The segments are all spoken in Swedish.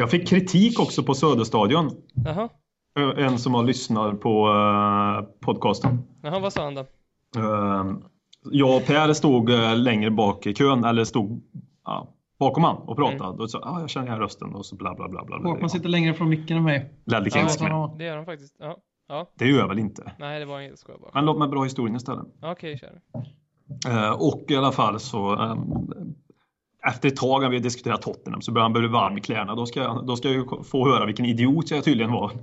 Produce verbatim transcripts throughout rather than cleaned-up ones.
Jag fick kritik också på Söderstadion. Jaha. En som har lyssnat på uh, podcasten. Jaha, vad sa han då? Uh, jag och Per stod uh, längre bak i kön, eller stod uh, bakom han och pratade. Mm. Och så, ah, jag känner igen rösten och så bla bla bla. bla, bla man sitter längre från micken än mig. Ledley Kings ja, med. Det gör han faktiskt, ja. Ja. Det gör jag väl inte. Nej, det var inget skoj bara. Men låt mig bra historien istället. Okej, kör. Uh, och i alla fall så... Um, efter ett tag när vi diskuterat Tottenham så börjar han bli varm i kläderna. Då ska, jag, då ska jag ju få höra vilken idiot jag tydligen var.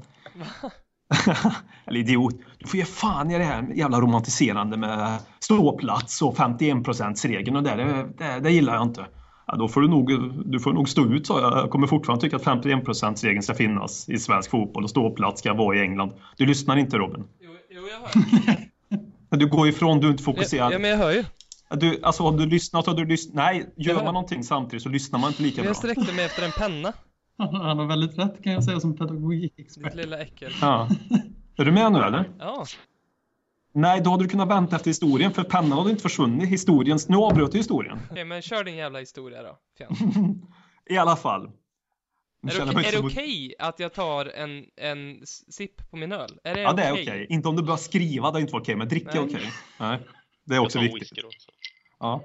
Eller idiot. Du får ge fan i det här jävla romantiserande med ståplats och femtioen procent-regeln och det, det, det, det gillar jag inte. Ja, då får du nog, du får nog stå ut, så jag kommer fortfarande tycka att femtioen procent-regeln ska finnas i svensk fotboll och ståplats ska vara i England. Du lyssnar inte, Robin. Jo, jo jag hör. Du går ifrån, du är inte fokuserad. Ja, men jag hör ju. Du, alltså om du lyssnar så du lyssnar. Nej, gör man någonting samtidigt så lyssnar man inte lika bra. Jag sträckte mig efter en penna. Han har väldigt rätt, kan jag säga, som pedagogikexpert. Ditt lilla äckel. Ja. Är du med nu eller? Ja. Nej, då hade du kunnat vänta efter historien, för pennan hade inte försvunnit. Historiens, nu avbröt du historien. Okej, men kör din jävla historia då. I alla fall. Är det okej okay, okay att jag tar en, en sipp på min öl? Är det ja, det är okej? okej. Okay. Inte om du börjar skriva, det är inte okej, okay, men dricka är okej. Okay. Nej, det är också viktigt. Också. Ja.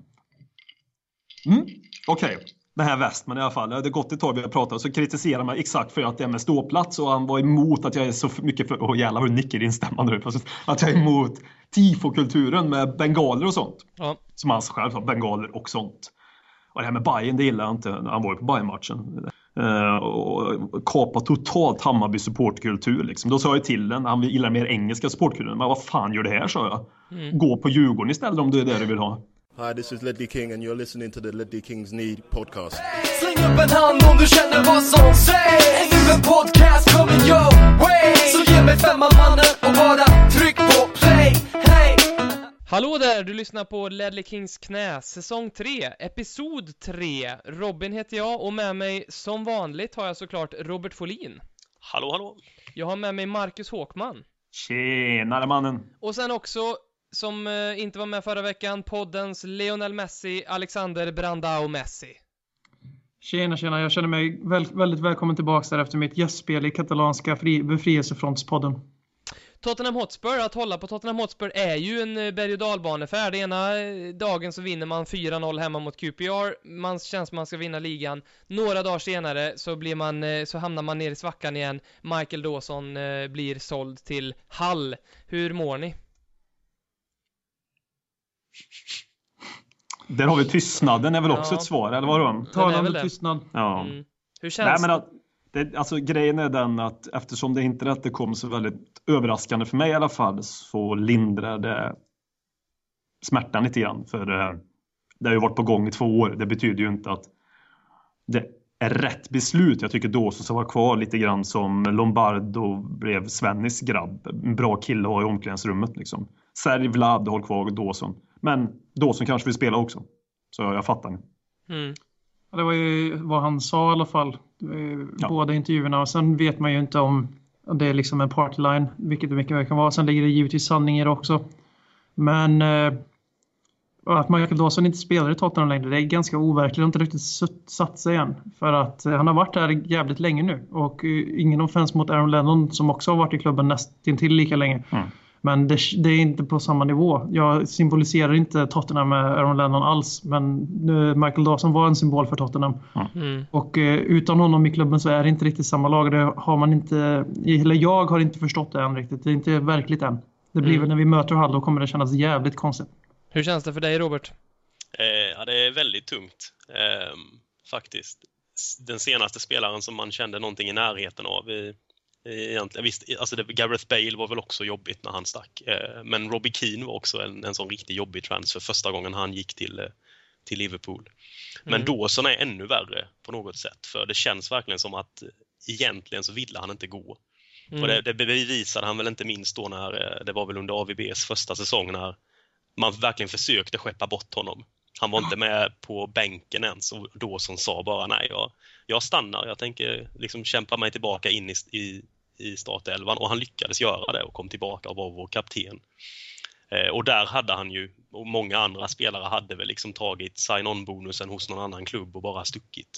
Mm, okej. Okay. Det här Westman i alla fall. Det har gått ett tag vi har pratat, så kritiserar man exakt för att det är med ståplats, och han var emot att jag är så mycket för... Åh jävlar, hur nickar instämmande nu. Att jag är emot tifokulturen med bengaler och sånt. Ja. Som han själv har, bengaler och sånt. Och det här med Bayern, det gillar jag inte. Han var ju på Bayern-matchen. Uh, och kapa totalt Hammarby supportkultur liksom. Då sa jag till den, han gillar mer engelska supportkulturen. Men vad fan gör det här, sa jag. Mm. Gå på Djurgården istället om det är det du vill ha. Hi, this is Ledley King and you're listening to the Ledley Kings Need podcast. Släng upp en hand om du känner vad som sägs. Nu en podcast coming your way. Så ge mig femman mannen och bara tryck på play. Hey. Hallå där, du lyssnar på Ledley Kings knä, säsong tre, episod tre. Robin heter jag och med mig som vanligt har jag såklart Robert Folin. Hallå, hallå. Jag har med mig Marcus Håkman. Tjenare mannen. Och sen också, som eh, inte var med förra veckan, poddens Lionel Messi, Alexander Brandao Messi. Tjena, tjena. Jag känner mig väl, väldigt välkommen tillbaka där efter mitt gästspel i katalanska fri, befrielsefrontspodden. Tottenham Hotspur, att hålla på Tottenham Hotspur är ju en berg- och dalbanefärd. Ena dagen så vinner man fyra noll hemma mot Q P R. Man känns som man ska vinna ligan. Några dagar senare så, blir man, så hamnar man ner i svackan igen. Michael Dawson blir såld till Hull. Hur mår ni? Där har vi tystnaden, är väl också ja. ett svar, eller vad då? Talande tystnad. Ja. Mm. Hur känns Nej, men att, det? Alltså, grejen är den att eftersom det inte rätt kom så väldigt överraskande för mig i alla fall, så lindrar det smärtan lite grann. För det, det har ju varit på gång i två år. Det betyder ju inte att det är rätt beslut. Jag tycker Dawson ska vara kvar lite grann som Lombardo blev Svennis grabb. En bra kille att ha i omklädningsrummet liksom. Serge Vlad håller kvar Dawson. Men Dawson kanske vill spela också. Så jag fattar. Mm. Ja, det var ju vad han sa i alla fall. Ja. Båda intervjuerna. Och sen vet man ju inte om det är liksom en partyline. Vilket det mycket väl kan vara. Sen ligger det givetvis sanning i det också. Men eh, att Michael Dawson inte spelar i Tottenham längre, det är ganska overkligt. Det har inte riktigt satt sig än. För att eh, han har varit där jävligt länge nu. Och eh, ingen offens mot Aaron Lennon som också har varit i klubben nästan till lika länge. Mm. Men det, det är inte på samma nivå. Jag symboliserar inte Tottenham med Aaron Lennon alls. Men Michael Dawson var en symbol för Tottenham. Mm. Och eh, utan honom i klubben så är det inte riktigt samma lag. Det har man inte, eller jag har inte förstått det än riktigt. Det är inte verkligt än. Det blir mm. när vi möter Hull, då kommer det kännas jävligt konstigt. Hur känns det för dig, Robert? Eh, ja, det är väldigt tungt. Eh, faktiskt. Den senaste spelaren som man kände någonting i närheten av i egentligen, visst, alltså det, Gareth Bale var väl också jobbigt när han stack, eh, men Robbie Keane var också en, en sån riktigt jobbig transfer första gången han gick till, eh, till Liverpool. Men mm. Dawson är ännu värre på något sätt, för det känns verkligen som att egentligen så ville han inte gå. Mm. Och det, det bevisade han väl inte minst då när det var väl under A V B:s första säsong när man verkligen försökte skeppa bort honom. Han var inte med på bänken ens, och Dawson sa bara nej, jag, jag stannar. Jag tänker liksom kämpa mig tillbaka in i, i, i startelvan, och han lyckades göra det och kom tillbaka och var vår kapten. Eh, och där hade han ju, och många andra spelare hade väl liksom tagit sign-on-bonusen hos någon annan klubb och bara stuckit.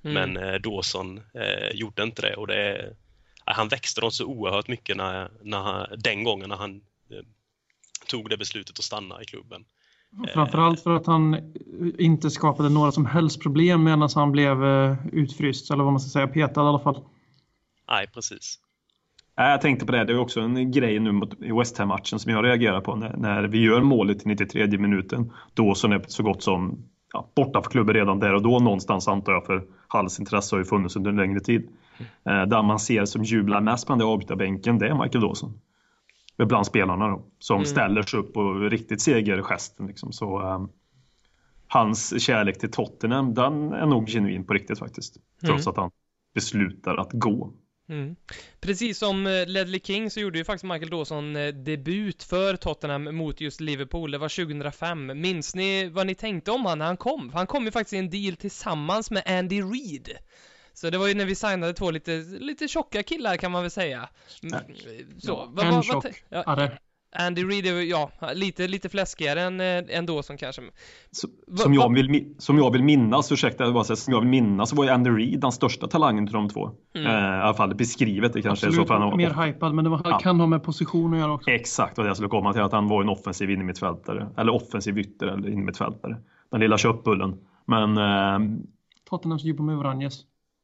Mm. Men eh, Dawson eh, gjorde inte det. Och det eh, han växte dem så oerhört mycket när, när han, den gången när han eh, tog det beslutet att stanna i klubben. Framförallt för att han inte skapade några som helst problem medan han blev utfryst, eller vad man ska säga, petad i alla fall. Nej, precis. Jag tänkte på det, det är också en grej nu mot West Ham-matchen som jag reagerar på när, när vi gör målet i nittiotredje minuten. Då så är så gott som ja, borta för klubben redan där och då någonstans, antar jag, för Halls intresse har ju funnits under en längre tid. Mm. Där man ser som jublar mest på den avbytarbänken, det är Michael Dawson. Bland spelarna då, som mm. ställer sig upp och riktigt segergesten liksom. Så um, hans kärlek till Tottenham, den är nog genuin på riktigt faktiskt. Trots mm. att han beslutar att gå. Mm. Precis som Ledley King så gjorde ju faktiskt Michael Dawson debut för Tottenham mot just Liverpool. Det var tjugohundrafem. Minns ni vad ni tänkte om han när han kom? Han kom ju faktiskt i en deal tillsammans med Andy Reid. Så det var ju när vi signade två lite, lite tjocka killar, kan man väl säga. Så, ja, vad, en vad, tjock. Vad, ja, Andy Reid är ja, lite, lite fläskigare än, än Dawson kanske. Så, som, jag vill, som jag vill minnas, ursäkta, bara säga, som jag vill minnas så var ju Andy Reid den största talangen till de två. Mm. Eh, I alla fall beskrivet. Det kanske absolut, är så. Han mer off- hypad, men det var, ja. kan ha med position att göra också. Exakt, och det jag skulle komma till, att han var en offensiv innermittfältare. Eller offensiv ytter eller innermittfältare. Den lilla köttbullen. Men... Eh, Tottenhams djupa med Vranjes.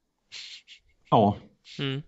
Ja. Mm.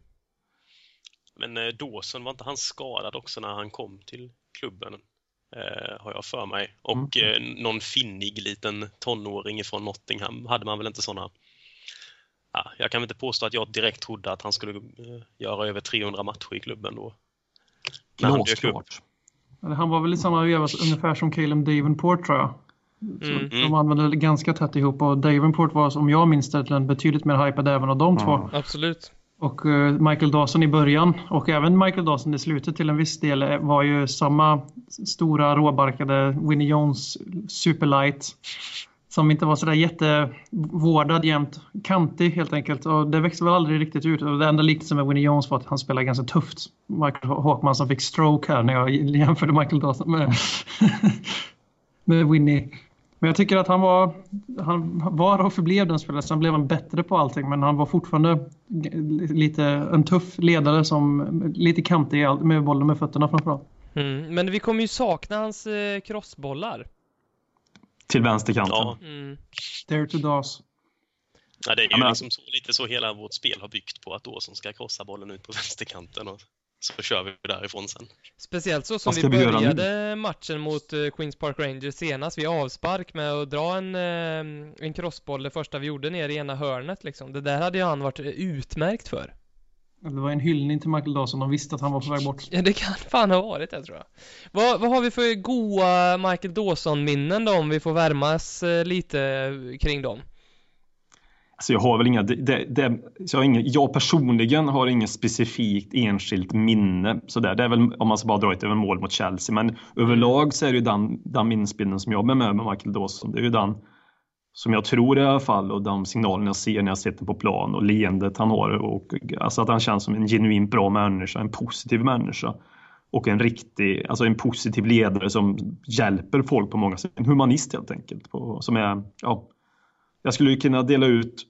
Men eh, Dawson, var inte han skadad också när han kom till klubben? Eh, har jag för mig. Och mm. eh, någon finnig liten tonåring från Nottingham hade man väl inte såna. Ja, jag kan inte påstå att jag direkt trodde att han skulle eh, göra över trehundra matcher i klubben då. Glasklart. Han, han var väl i samma veva ungefär som Caleb Davenport, tror jag. Mm. De använde ganska tätt ihop, och Davenport var, som jag minns det, betydligt mer hypad även av de mm. två. Absolut. Och uh, Michael Dawson i början, och även Michael Dawson i slutet till en viss del, var ju samma stora råbarkade Winnie Jones superlight som inte var sådär jättevårdad jämt, kantig helt enkelt, och det växte väl aldrig riktigt ut. Och det enda liknelsen med Winnie Jones var att han spelade ganska tufft. Michael Håkman som fick stroke här när jag jämförde Michael Dawson med, med Winnie. Men jag tycker att han var, han var och förblev den spelaren. Sen blev han bättre på allting, men han var fortfarande lite en tuff ledare, som lite kantig med bollen med fötterna framförallt. Mm, men vi kommer ju sakna hans eh, crossbollar. Till vänsterkanten. Ja. Mm. Dare to Daws. Ja, det är ju ja, men... liksom så, lite så hela vårt spel har byggt på, att Dawson ska krossa bollen ut på vänsterkanten och så kör vi därifrån sen. Speciellt så som vi började matchen mot uh, Queens Park Rangers senast. Vi avspark med att dra en, uh, en crossboll, det första vi gjorde ner i ena hörnet. Liksom. Det där hade ju han varit utmärkt för. Det var en hyllning till Michael Dawson. De visste att han var på väg bort. Ja, det kan fan ha varit det, tror jag. Vad, vad har vi för goa Michael Dawson-minnen då, om vi får värmas uh, lite kring dem? Så jag har väl inga, det, det, så jag, har inga, jag personligen har inget specifikt enskilt minne. Så där. Det är väl, om man ska bara dra ett över mål mot Chelsea. Men överlag så är det ju den, den minnesbilden som jag är med med Michael Dawson. Det är ju den som jag tror i alla fall, och de signalerna jag ser när jag sitter på plan och leendet han har. Och, alltså att han känns som en genuint bra människa, en positiv människa. Och en riktig, alltså en positiv ledare som hjälper folk på många sätt. En humanist helt enkelt. På, som är, ja, jag skulle ju kunna dela ut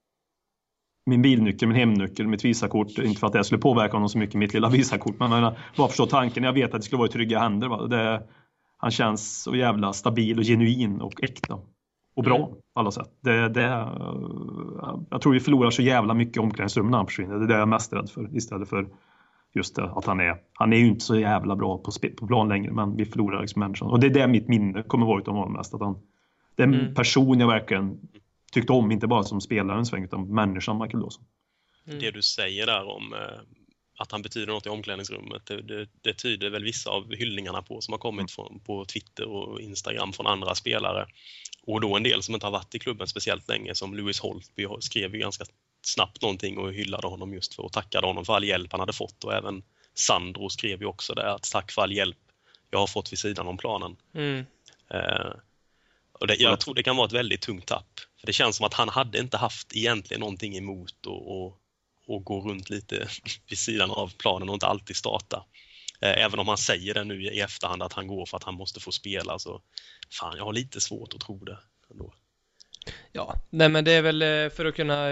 min bilnyckel, min hemnyckel, mitt visakort. Inte för att det skulle påverka honom så mycket, mitt lilla visakort. Men jag bara förstå tanken. Jag vet att det skulle vara i trygga händer. Va? Det, han känns så jävla stabil och genuin och äkta. Och bra mm. på alla sätt. Det, det, jag tror vi förlorar så jävla mycket omklädningsrum när han försvinner. Det är det jag är mest rädd för. Istället för just det, att han är... Han är ju inte så jävla bra på, på plan längre. Men vi förlorar liksom människan. Och det är det mitt minne kommer vara utav honom mest. Att han, det är en mm. person jag verkligen... tyckte om, inte bara som spelaren sväng, utan människan Michael Dawson. Mm. Det du säger där om eh, att han betyder något i omklädningsrummet, det, det, det tyder väl vissa av hyllningarna på som har kommit mm. från, på Twitter och Instagram från andra spelare. Och då en del som inte har varit i klubben speciellt länge, som Lewis Holtby skrev ju ganska snabbt någonting och hyllade honom just för, och tackade honom för all hjälp han hade fått. Och även Sandro skrev ju också det, att tack för all hjälp jag har fått vid sidan om planen. Mm. Eh, och det, jag tror det kan vara ett väldigt tungt tapp. För det känns som att han hade inte haft egentligen någonting emot och, och, och gå runt lite vid sidan av planen och inte alltid starta. Eh, även om han säger det nu i efterhand att han går för att han måste få spela, så fan, jag har lite svårt att tro det ändå. Ja, nej men det är väl för att kunna...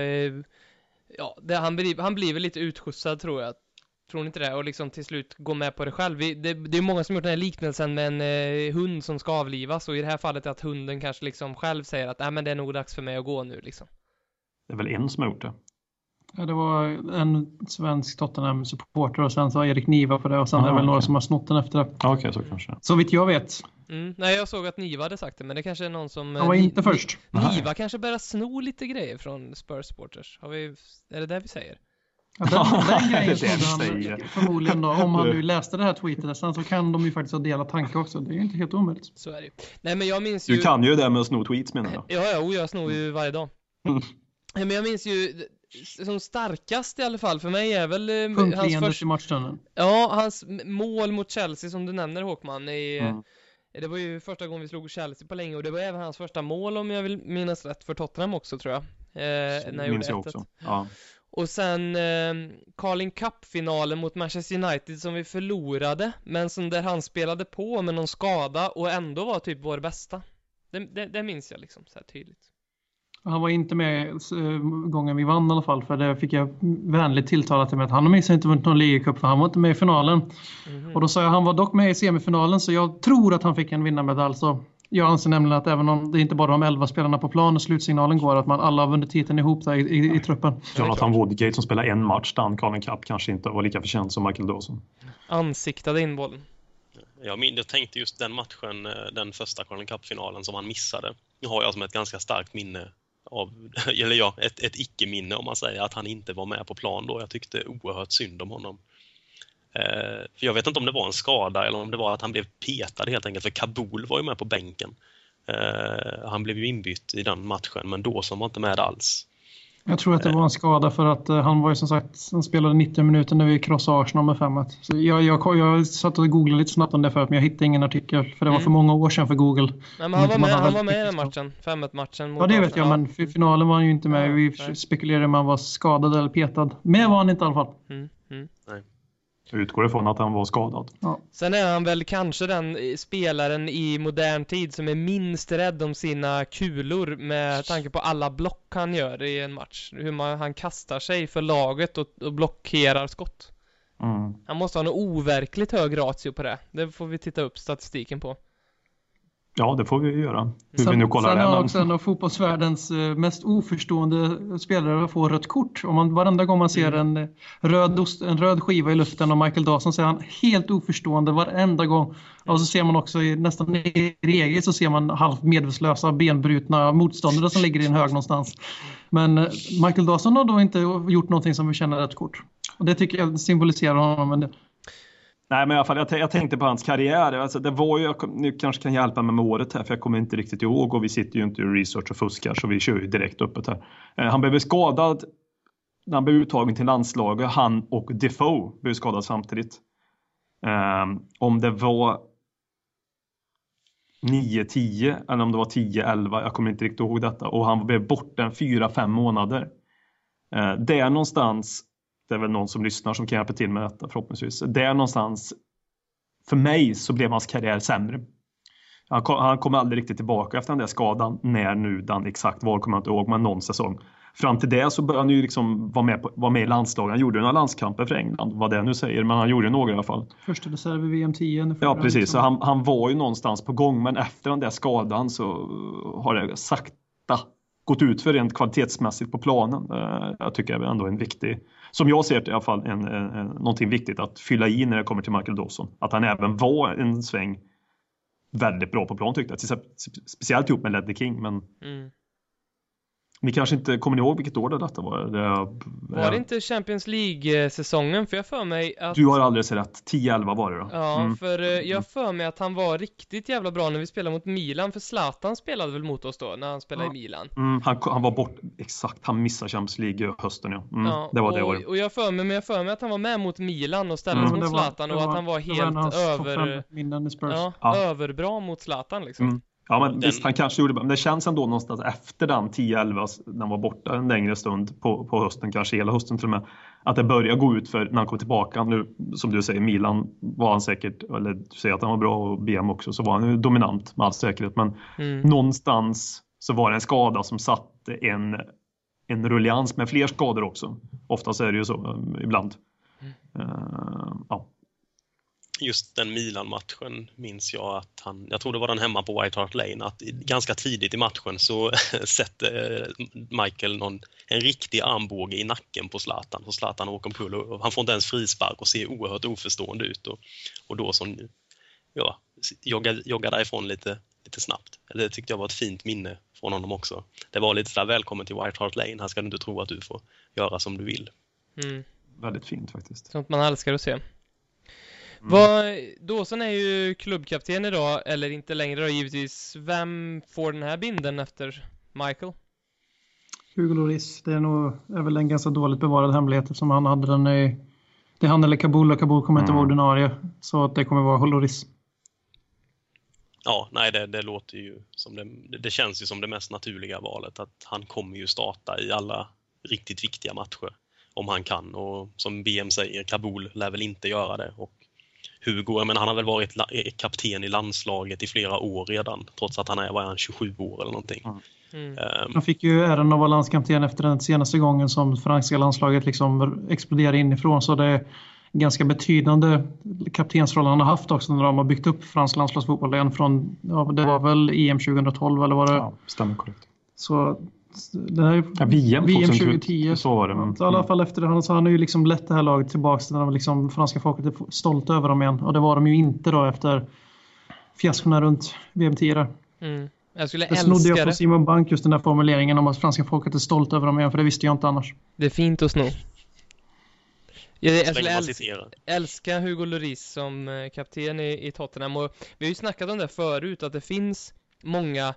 Ja, det, han, blir, han blir väl lite utskjutsad tror jag. Tror ni inte det? Och liksom till slut gå med på det själv. Vi, det, det är många som gjort den här liknelsen med en eh, hund som ska avlivas. Och i det här fallet att hunden kanske liksom själv säger att nej men det är nog dags för mig att gå nu liksom. Det är väl en som har gjort det. Ja, det var en svensk Tottenham-supporter och sen så Erik Niva på det. Och sen Aha, är det väl okay. några som har snott den efter det. Okej, okay, så kanske. Så vitt jag vet. Mm. Nej, jag såg att Niva hade sagt det, men det kanske är någon som... Han var inte Ni, först. Niva Nej. kanske börjar sno lite grejer från Spurs-supporters. Har vi... Är det det vi säger? Ja, den, den grejen trodde han förmodligen då. Om han nu läste det här tweetet sen så kan de ju faktiskt ha delat tankar också. Det är ju inte helt omöjligt. Så är det. Nej, men jag minns ju... Du kan ju det med att sno tweets menar jag. Ja, ja, och jag snor ju varje dag. Men jag minns ju... Som starkast i alla fall för mig är väl eh, hans först... i matchstunden. Ja, hans mål mot Chelsea som du nämner Håkman i, mm. det var ju första gången vi slog Chelsea på länge och det var även hans första mål om jag vill minnas rätt för Tottenham också tror jag. Eh, när jag minns jag också. Ja. Och sen eh, Carling Cup-finalen mot Manchester United som vi förlorade men som där han spelade på med någon skada och ändå var typ vår bästa. Det, det, det minns jag liksom så här tydligt. Han var inte med gången vi vann i alla fall. För det fick jag vänligt tilltalat till mig att han har minst inte vunnit någon ligacup för han var inte med i finalen. Mm-hmm. Och då sa jag han var dock med i semifinalen så jag tror att han fick en vinnarmedalj. Så jag anser nämligen att även om det inte bara de elva spelarna på plan och slutsignalen går att man alla har vunnit titeln ihop där i, i, i truppen. Jonathan Woodgate som spelar en match där han Carling Cup kanske inte var lika förtjänt som Michael Dawson. Ansiktade in bollen. Jag, min, jag tänkte just den matchen, den första Carling Cup-finalen som han missade. Nu har jag som ett ganska starkt minne av, eller ja, ett, ett icke-minne om man säger att han inte var med på plan då. Jag tyckte oerhört synd om honom. Eh, för jag vet inte om det var en skada eller om det var att han blev petad helt enkelt. För Kabul var ju med på bänken. Eh, han blev ju inbytt i den matchen, men då som var inte med alls. Jag tror att det var en skada för att uh, han var ju som sagt, han spelade nittio minuter när vi krossade Arsenal med fem ett. Så jag, jag, jag satt och googlade lite snabbt om det förut, men jag hittade ingen artikel. För det var mm. för många år sedan för Google. Nej, men han var med, han var med i den matchen, fem ett-matchen. Mot ja, det vet jag, men för finalen var han ju inte med. Vi nej. spekulerade om han var skadad eller petad. Men var han inte i alla fall. Mm. Mm. Nej. Jag utgår ifrån att han var skadad. Ja. Sen är han väl kanske den spelaren i modern tid som är minst rädd om sina kulor med tanke på alla block han gör i en match. Hur man, han kastar sig för laget och, och blockerar skott. Mm. Han måste ha en overkligt hög ratio på det. Det får vi titta upp statistiken på. Ja, det får vi göra. Hur sen, vi nu kollar sen det. Sen är också en av fotbollsvärldens mest oförstående spelare att få rött kort. Om man, varenda gång man ser mm. en, röd ost, en röd skiva i luften av Michael Dawson så är han helt oförstående varenda gång. Mm. Och så ser man också i, nästan i regel så ser man halvt medvetslösa, benbrutna motståndare som ligger i en hög någonstans. Men Michael Dawson har då inte gjort någonting som vi känner rött kort. Och det tycker jag symboliserar honom en del. Nej, men i alla fall, jag, t- jag tänkte på hans karriär. Alltså, det var ju, jag, nu kanske kan hjälpa mig med året här, för jag kommer inte riktigt ihåg. Och vi sitter ju inte i research och fuskar, så vi kör ju direkt uppåt här. Eh, han blev skadad när han blev uttagen till landslaget. Han och Defoe blev skadade samtidigt. Eh, om det var nio tio eller om det var tio elva, jag kommer inte riktigt ihåg detta. Och han blev borta fyra fem månader. Eh, det är någonstans... Det är väl någon som lyssnar som kan hjälpa till med detta förhoppningsvis. Det är någonstans, för mig så blev hans karriär sämre. Han kom, han kom aldrig riktigt tillbaka efter den där skadan. När nu den exakt var kommer jag inte ihåg, men någon säsong. Fram till det så började han ju liksom vara med, på, vara med i landslagen. Han gjorde några landskamper för England, vad det nu säger. Men han gjorde några i alla fall. Första reserv i V M tio. Ja, precis. Liksom. Så han, han var ju någonstans på gång. Men efter den där skadan så har det sakta gått ut för rent kvalitetsmässigt på planen. Jag tycker det är ändå en viktig, som jag ser det i alla fall, en, en, en, någonting viktigt att fylla i när det kommer till Michael Dawson. Att han även var en sväng väldigt bra på plan tyckte jag. Speciellt ihop med Ledley King, men mm. Ni kanske inte kommer ihåg vilket år det detta var. Det, var det inte Champions League-säsongen? För jag för mig att... Du har alldeles rätt. tio elva var det då. Ja, mm. för jag för mig att han var riktigt jävla bra när vi spelade mot Milan. För Zlatan spelade väl mot oss då, när han spelade ja. i Milan. Mm, han, han var bort, exakt. Han missade Champions League hösten, ja. Mm, ja det var och, det året. Och jag för mig, men jag för mig att han var med mot Milan och ställdes mm. mot Zlatan. Och var, att han var helt över... Ja, ja. överbra mot Zlatan liksom. Mm. Ja, men den... visst, han kanske gjorde det. Men det känns ändå någonstans efter den tio elva, när han var borta en längre stund på, på hösten, kanske hela hösten till och med, att det börjar gå ut för när han kom tillbaka. Nu, som du säger, Milan var han säkert, eller du säger att han var bra och B M också, så var han ju dominant med all säkerhet. Men mm. någonstans så var det en skada som satte en, en rullians med fler skador också. Oftast är det ju så, ibland. Mm. Uh, ja. Just den Milan-matchen minns jag att han, jag tror det var den hemma på White Hart Lane, att ganska tidigt i matchen så sätter Michael någon, en riktig armbåge i nacken på Zlatan. Så Zlatan åker omkull och han får inte ens frispark och ser oerhört oförstående ut. Och, och då som ja, joggar, joggar därifrån lite, lite snabbt. Det tyckte jag var ett fint minne från honom också. Det var lite där, välkommen till White Hart Lane, här ska du inte tro att du får göra som du vill. Mm. Väldigt fint faktiskt. Sånt man älskar att se. Mm. Vad, Dawson är ju klubbkapten idag, eller inte längre då givetvis. Vem får den här binden efter Michael? Hugo Lloris. Det är nog är väl en ganska dåligt bevarad hemlighet eftersom han hade den i, det är han eller Kabul och Kabul kommer mm. inte vara ordinarie. Så att det kommer vara Lloris. Ja, nej det, det låter ju som det, det känns ju som det mest naturliga valet, att han kommer ju starta i alla riktigt viktiga matcher om han kan, och som B M säger, Kabul lär väl inte göra det, och Hugo, men han har väl varit la- kapten i landslaget i flera år redan, trots att han är, var han, tjugosju år eller någonting. Mm. Um, han fick ju äran att vara landskapten efter den senaste gången som franska landslaget liksom exploderade inifrån, så det är ganska betydande kaptensroll han har haft också när de har byggt upp fransk landslagsfotboll igen från, ja, det var väl E M tjugohundratolv eller var det? Ja, stämmer korrekt. Så det här, ja, V M, V M tjugohundratio så var det. Men, så i alla fall efter det, så han har ju liksom lett det här laget tillbaka när de liksom, franska folket är stolt över dem igen, och det var de ju inte då efter fiaskorna runt V M tio där. Mm. Jag skulle det älska snodde jag på det. Simon Bank, just den där formuleringen om att franska folket är stolt över dem igen, för det visste jag inte annars. Det är fint att sno. Jag, jag skulle äls- älska Hugo Lloris som kapten i, i Tottenham, och vi har ju snackat om det förut, att det finns många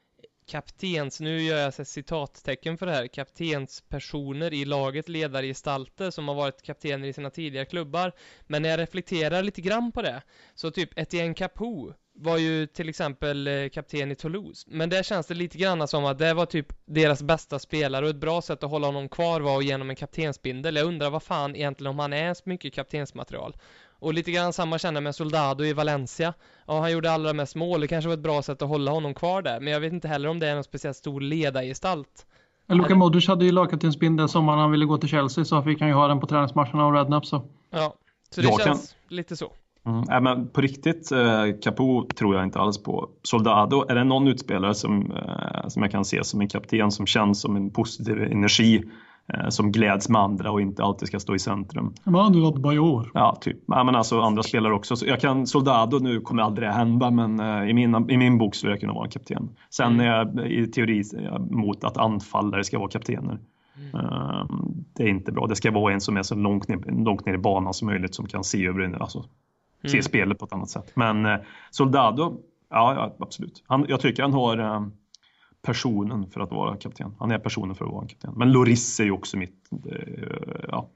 kaptens, nu gör jag ett citattecken för det här, kaptenspersoner i laget, ledargestalter som har varit kaptener i sina tidigare klubbar, men när jag reflekterar lite grann på det, så typ Etienne Capoue var ju till exempel kapten i Toulouse, men där känns det lite grann som att det var typ deras bästa spelare, och ett bra sätt att hålla honom kvar var genom en kaptensbindel. Jag undrar vad fan egentligen om han är så mycket kaptensmaterial. Och lite grann samma känner med Soldado i Valencia. Ja, han gjorde allra mest mål. Det kanske var ett bra sätt att hålla honom kvar där. Men jag vet inte heller om det är någon speciellt stor ledargestalt. Luka Modric hade ju lagkaptensbindeln som han ville gå till Chelsea, så fick han ju ha den på träningsmatcherna och Redknapp så. Ja, så det jag känns kan... lite så. Mm, äh, men på riktigt, eh, Capoue tror jag inte alls på. Soldado, är det någon utspelare som, eh, som jag kan se som en kapten som känns som en positiv energi, eh, som gläds med andra och inte alltid ska stå i centrum. Men han har bara i år. Ja, typ. Ja, men alltså andra spelare också. Så jag kan, Soldado, nu kommer aldrig det hända, men eh, i, min, i min bok skulle jag kunna vara en kapten. Sen är jag i teori är jag mot att anfallare ska vara kaptener. Mm. Uh, det är inte bra. Det ska vara en som är så långt ner, långt ner i banan som möjligt, som kan se över, alltså se mm. spelet på ett annat sätt. Men eh, Soldado, ja, ja absolut. Han, jag tycker han har eh, personen för att vara kapten. Han är personen för att vara en kapten. Men Lloris är ju också mitt, eh, ja.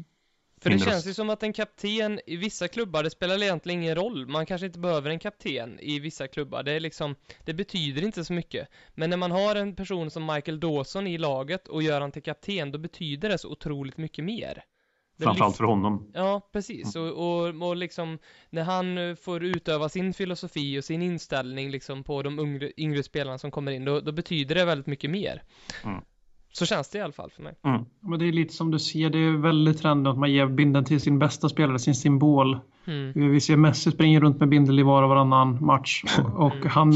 För det känns ju som att en kapten i vissa klubbar, det spelar egentligen ingen roll. Man kanske inte behöver en kapten i vissa klubbar. Det är liksom, det betyder inte så mycket. Men när man har en person som Michael Dawson i laget och gör han till kapten, då betyder det så otroligt mycket mer. Framförallt för honom. Ja, precis. Och, och, och liksom när han får utöva sin filosofi och sin inställning liksom på de yngre, yngre spelarna som kommer in, då, då betyder det väldigt mycket mer. Mm. Så känns det i alla fall för mig. Mm. Men det är lite som du ser, det är väldigt trend att man ger binden till sin bästa spelare, sin symbol. Mm. Vi ser Messi springa runt med bindel i var och varannan match. Och mm. han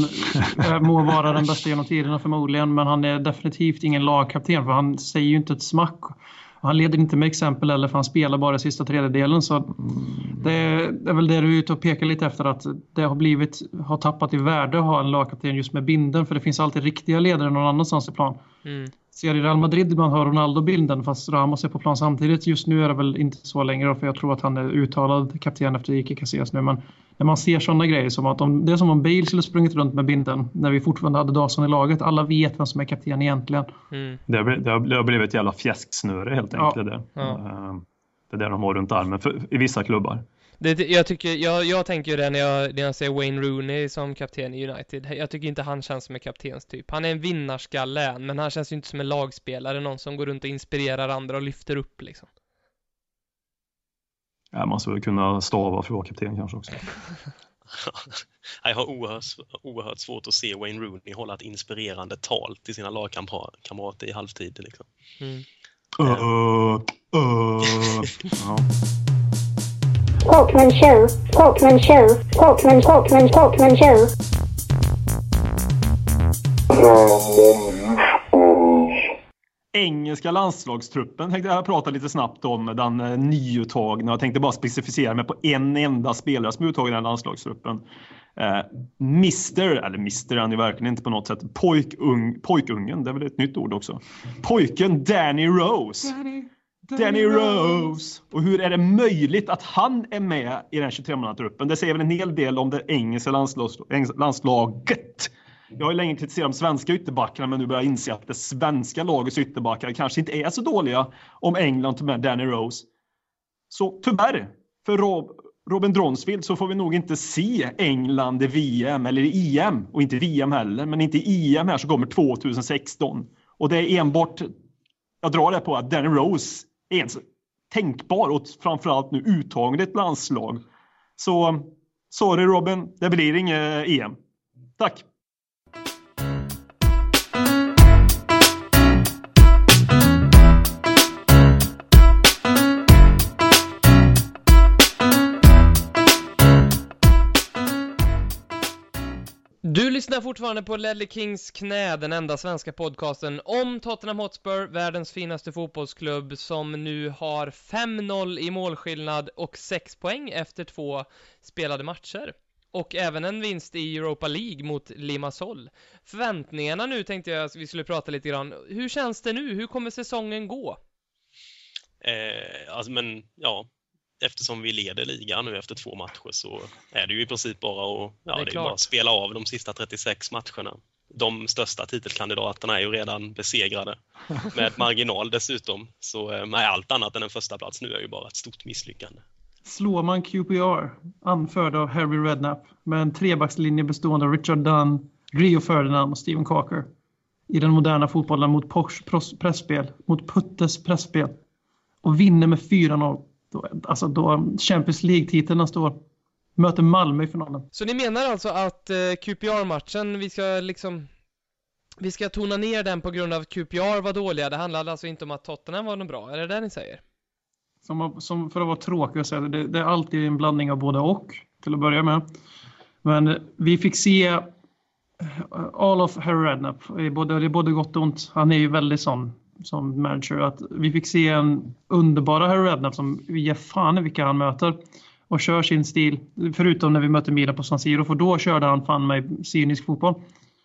må vara den bästa genom tiderna förmodligen, men han är definitivt ingen lagkapten, för han säger ju inte ett smack. Han leder inte med exempel eller, för han spelar bara sista tredjedelen, så det är, det är väl det du är ute och pekar lite efter, att det har blivit, har tappat i värde att ha en lagkapten just med binden, för det finns alltid riktiga ledare någon annanstans i plan. Mm. Ser i Real Madrid ibland har Ronaldo bilden fast Ramos är på plan samtidigt. Just nu är det väl inte så längre, för jag tror att han är uttalad kapten efter Iker Casillas nu, men när man ser sådana grejer som att om, det är som om Bale skulle sprungit runt med binden när vi fortfarande hade Dawson i laget. Alla vet vem som är kapten egentligen. Mm. Det, har, det, har, det har blivit ett jävla fjäsksnöre helt enkelt. Ja. Det, ja. det där de har runt armen för, i vissa klubbar. Det, jag, tycker, jag, jag tänker ju det när jag, när jag ser Wayne Rooney som kapten i United. Jag tycker inte han känns som en kaptenstyp. Han är en vinnarskalle, men han känns ju inte som en lagspelare. Någon som går runt och inspirerar andra och lyfter upp liksom. Ja, man skulle kunna stava för att vara kapten kanske också. Jag har oerhört, oerhört svårt att se Wayne Rooney hålla ett inspirerande tal till sina lagkamrater i halvtid. Liksom. Mm. Uh, uh, ja. Talkman show, Talkman show, Talkman, Talkman, Talkman show. Engelska landslagstruppen tänkte jag prata lite snabbt om, den eh, nyuttagna. Jag tänkte bara specificera mig på en enda spelare som är uttagen i den landslagstruppen. Eh, Mister, eller Mister är han ju verkligen inte på något sätt. Pojkung, pojkungen, det är väl ett nytt ord också. Pojken Danny Rose. Danny, Danny, Danny Rose. Rose. Och hur är det möjligt att han är med i den tjugotre-mannatruppen? Det säger väl en hel del om det engelska landslags, landslaget. Jag har ju länge kritiserat de svenska ytterbackarna, men nu börjar jag inse att det svenska lagets ytterbackar kanske inte är så dåliga om England tar med Danny Rose. Så tyvärr, för Rob, Robin Dronsfield så får vi nog inte se England i V M eller i E M. Och inte V M heller, men inte i E M här så kommer tjugohundrasexton. Och det är enbart, jag drar det på att Danny Rose är ens tänkbar och framförallt nu uttagen i ett landslag. Så, sorry Robin, det blir inget E M. Tack! Du lyssnar fortfarande på Ledley Kings knä, den enda svenska podcasten om Tottenham Hotspur, världens finaste fotbollsklubb som nu har fem noll i målskillnad och sex poäng efter två spelade matcher. Och även en vinst i Europa League mot Limassol. Förväntningarna nu tänkte jag att vi skulle prata lite grann. Hur känns det nu? Hur kommer säsongen gå? Eh, alltså men, ja... Eftersom vi leder ligan nu efter två matcher så är det ju i princip bara att, ja, det är det är bara att spela av de sista trettiosex matcherna. De största titelkandidaterna är ju redan besegrade med marginal dessutom. Så nej, allt annat än en första plats nu är ju bara ett stort misslyckande. Slår man Q P R, anförd av Harry Redknapp, med en trebackslinje bestående av Richard Dunn, Rio Ferdinand och Steven Cocker i den moderna fotbollen mot Porsche pressspel, mot Puttes pressspel och vinner med fyra noll. Då, alltså då Champions League-titeln står, möter Malmö i finalen. Så ni menar alltså att eh, Q P R-matchen, vi ska liksom vi ska tona ner den på grund av att Q P R var dåliga? Det handlade alltså inte om att Tottenham var något bra, är det det ni säger? Som, som för att vara tråkig att säga, det, det är alltid en blandning av både och till att börja med. Men vi fick se all of Harry Redknapp, det är både gott och ont. Han är ju väldigt sån som manager, att vi fick se en underbara Harry Redknapp som ger fan i vilka han möter och kör sin stil, förutom när vi möter Milan på San Siro, för då körde han fan med cynisk fotboll.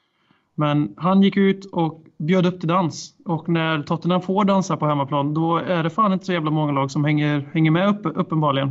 Men han gick ut och bjöd upp till dans, och när Tottenham får dansa på hemmaplan, då är det fan inte så jävla många lag som hänger, hänger med upp, uppenbarligen.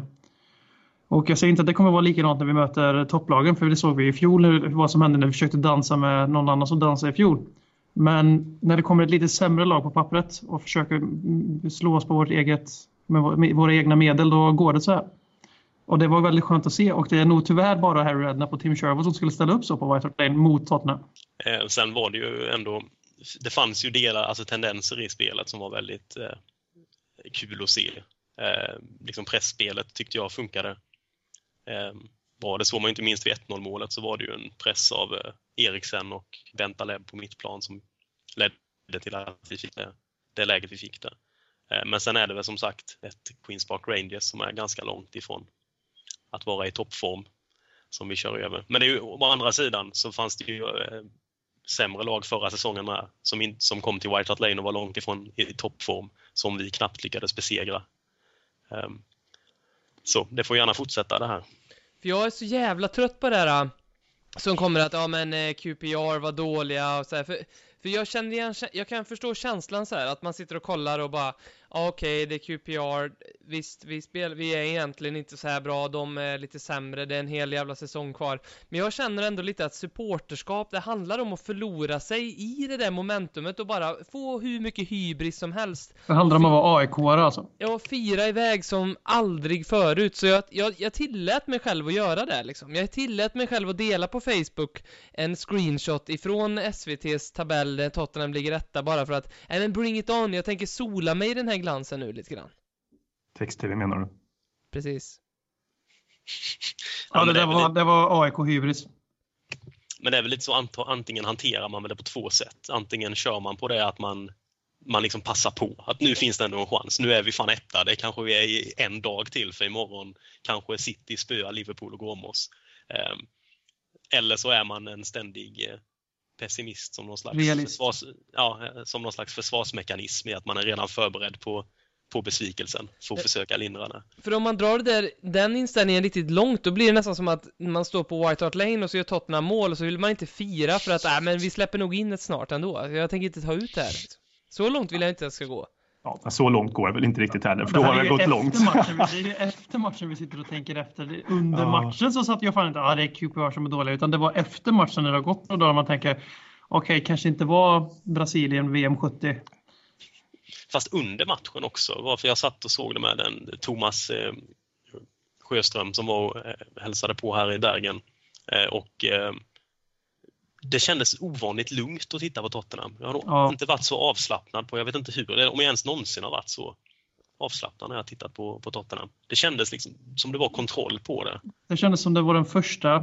Och jag säger inte att det kommer vara likadant när vi möter topplagen, för det såg vi i fjol vad som hände när vi försökte dansa med någon annan som dansade i fjol. Men när det kommer ett lite sämre lag på pappret och försöker slå oss på vårt eget, med våra egna medel, då går det så här. Och det var väldigt skönt att se, och det är nog tyvärr bara Harry Redknapp och Tim Sherwood som skulle ställa upp så på White Hart Lane mot Tottenham. Eh, sen var det ju ändå, det fanns ju delar, alltså tendenser i spelet som var väldigt eh, kul att se. Eh, liksom pressspelet tyckte jag funkade. Eh, var det så man inte minst vid ett noll målet så var det ju en press av eh, Eriksen och Bentaleb på mittplan som ledde till att vi fick det, det läget vi fick där. Eh, men sen är det väl som sagt ett Queens Park Rangers som är ganska långt ifrån att vara i toppform som vi kör över. Men det är ju, å andra sidan så fanns det ju eh, sämre lag förra säsongen med, som, in, som kom till White Hart Lane och var långt ifrån i, i toppform som vi knappt lyckades besegra. Eh, så det får gärna fortsätta det här. För jag är så jävla trött på det här som kommer att ja men Q P R var dåliga och så här, för för jag känner igen, jag kan förstå känslan så här att man sitter och kollar och bara ja, okej, okay, det är Q P R, visst vi spelar, vi är egentligen inte så här bra, de är lite sämre, det är en hel jävla säsong kvar. Men jag känner ändå lite att supporterskap, det handlar om att förlora sig i det där momentumet och bara få hur mycket hybris som helst. Det handlar om att vara A I K-are alltså. Ja, fira iväg som aldrig förut. Så jag, jag, jag tillät mig själv att göra det liksom. Jag tillät mig själv att dela på Facebook en screenshot ifrån S V T:s tabell där Tottenham ligger etta, bara för att nej men bring it on, jag tänker sola mig i den här glansen nu lite grann. Text-tv menar du? Precis. Ja, det, det, det, var, det var A I K-hybris. Men det är väl lite så, antingen hanterar man väl det på två sätt. Antingen kör man på det att man, man liksom passar på. Att nu finns det ändå en chans. Nu är vi fan etta. Det kanske vi är i en dag till. För imorgon kanske City spöar Liverpool och går om oss. Eller så är man en ständig pessimist som någon slags, försvars, ja, som någon slags försvarsmekanism i att man är redan förberedd på, på besvikelsen för att försöka lindra det. För om man drar det där, den inställningen riktigt långt, då blir det nästan som att man står på White Hart Lane och så gör Tottenham mål och så vill man inte fira för att äh, men vi släpper nog in ett snart ändå. Jag tänker inte ta ut det här. Så långt vill jag inte att det ska gå. Ja, så långt går det väl inte riktigt heller, för då har det gått långt. Matchen, det är ju efter matchen vi sitter och tänker efter. Under ja. matchen så satt jag fan inte, ja ah, det är Q P R som är dåliga, utan det var efter matchen när det har gått och då man tänker, okej, okay, kanske inte var Brasilien V M sjuttio. Fast under matchen också, varför jag satt och såg det med den Thomas eh, Sjöström som var eh, hälsade på här i Bergen. Eh, och eh, det kändes ovanligt lugnt att titta på Tottenham. Jag har ja. inte varit så avslappnad på, jag vet inte hur, eller om jag ens någonsin har varit så avslappnad när jag tittat på, på Tottenham. Det kändes liksom som det var kontroll på det. Det kändes som det var den första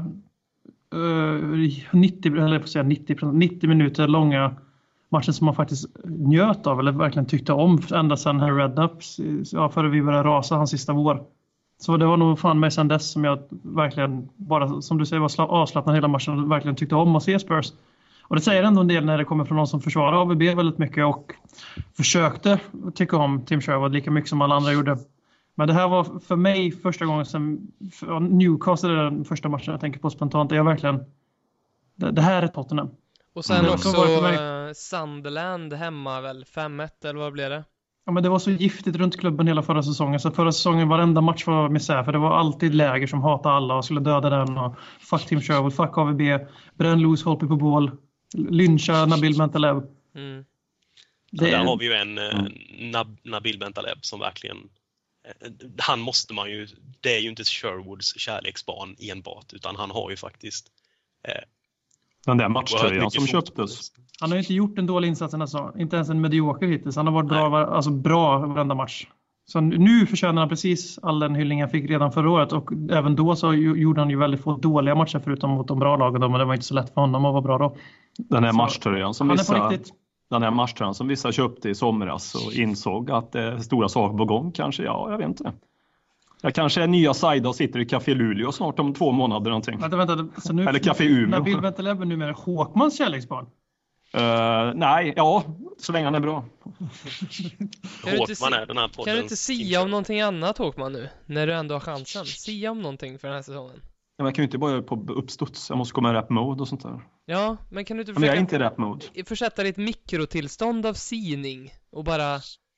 uh, nittio, eller på säga nittio, nittio minuter långa matchen som man faktiskt njöt av eller verkligen tyckte om ända sedan här Red Ups, ja, före vi började rasa hans sista vår. Så det var nog fan mig sedan dess som jag verkligen bara, som du säger, var avslappnad hela matchen och verkligen tyckte om att se Spurs. Och det säger ändå en del när det kommer från någon som försvarar A V B väldigt mycket och försökte tycka om Tim Sherwood lika mycket som alla andra gjorde. Men det här var för mig första gången som Newcastle är den första matchen jag tänker på spontant. Det är verkligen, det, det här är Tottenham. Och sen mm. också uh, Sunderland hemma väl, fem ett eller vad blev det? Ja, men det var så giftigt runt klubben hela förra säsongen. Så förra säsongen varenda match var misär. För det var alltid läger som hatade alla och skulle döda den. Och fuck Tim Sherwood, fuck A V B. Bränn loose, Holpe på bål. Lyncha Nabil Bentaleb. Mm. Det ja, där har vi ju en mm. Nab- Nabil Bentaleb som verkligen... Han måste man ju... Det är ju inte Sherwoods kärleksbarn enbart. Utan han har ju faktiskt... Eh, den där matchtröjan som köptes. Han har ju inte gjort en dålig insats nästan. Inte ens en medioker hittills. Han har varit bra, alltså bra varenda match. Så nu förtjänar han precis all den hyllning han fick redan förra året. Och även då så gjorde han ju väldigt få dåliga matcher förutom mot de bra lagen. Men det var inte så lätt för honom att vara bra då. Den här matchtröjan som vissa, den här matchtröjan som vissa köpte i somras och insåg att det är stora saker på gång kanske. Ja, jag vet inte. Jag kanske är nya Saida och sitter i Café Luleå snart om två månader någonting. Vänta, vänta. Så nu, eller Café Umeå. Nabil Bentaleb är numera Håkmans kärleksbarn. Uh, nej, ja, så länge han är bra. Håkman är den här podden. Kan du inte sia om någonting annat, Håkman, nu? När du ändå har chansen. Sia om någonting för den här säsongen. Ja, jag kan ju inte bara göra på uppstuds. Jag måste komma i rap mode och sånt där. Ja, men kan du inte försöka... Men jag är inte i rap mode. Försätta ditt mikrotillstånd av sining och bara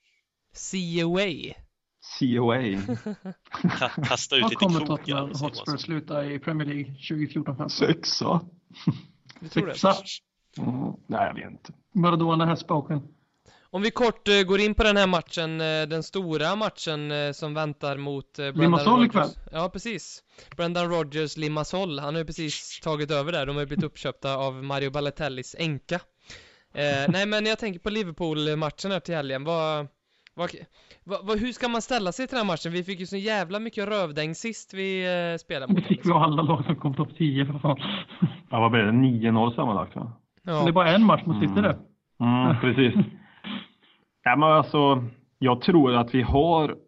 see away. See away. Kasta ut lite krokar. Vad kommer Tottenham Hotspur sluta i Premier League tjugo fjorton femton? Sexa. Du tror Sexa. det? Mm, nej, jag vet inte. Maradona has spoken. Om vi kort uh, går in på den här matchen, uh, den stora matchen uh, som väntar mot uh, Brendan Rodgers. Ja, precis. Brendan Rodgers Limassol, han har ju precis tagit över där. De har ju blivit uppköpta av Mario Balotellis änka. Uh, nej, men jag tänker på Liverpool-matchen här till helgen. Vad... Vad, vad, hur ska man ställa sig till den här matchen? Vi fick ju så jävla mycket rövdäng sist vi eh, spelade mot dem. Vi fick ju alla lag som kom topp tio för fan. Ja, vad blir det? nio noll sammanlagt, va? Ja. Det är bara en match mot City det. Mm, precis. Ja, men alltså, jag tror att vi har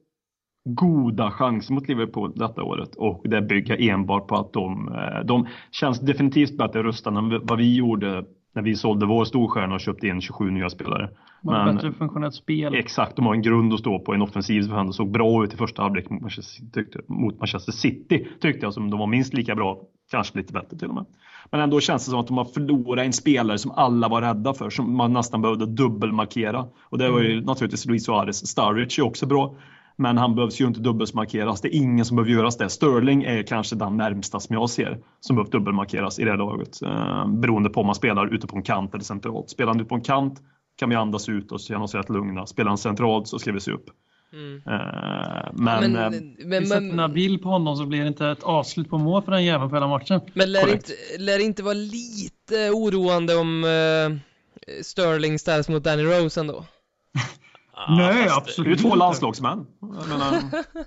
goda chanser mot Liverpool detta året. Och det bygger enbart på att de, de känns definitivt bättre rustade än vad vi gjorde när vi sålde vår storstjärna och köpte in tjugosju nya spelare. Men bättre funktionellt spel. Exakt, de har en grund att stå på, en offensiv som ändå såg bra ut i första halvlek mot Manchester, mot Manchester City. Tyckte jag som de var minst lika bra, kanske lite bättre till och med. Men ändå känns det som att de har förlorat en spelare som alla var rädda för, som man nästan behövde dubbelmarkera. Och det var ju mm. naturligtvis Luis Suarez. Sturridge är också bra, men han behövs ju inte dubbelmarkeras. Det är ingen som behöver göras det. Sterling är kanske den närmsta som jag ser som behöver dubbelmarkeras i det här laget. Eh, beroende på om man spelar ute på en kant eller centralt. Spelar han ute på en kant kan vi andas ut och känna oss rätt lugna. Spelar han centralt så ska vi se upp. Mm. Eh, men, ja, men, men, vi sätter en bild på honom så blir det inte ett avslut på mål för den jäveln för hela matchen. Men lär inte, lär inte vara lite oroande om uh, Sterling ställs mot Danny Rose ändå? Ja, nej, fast, absolut. Det är ju två landslagsmän. Jag menar...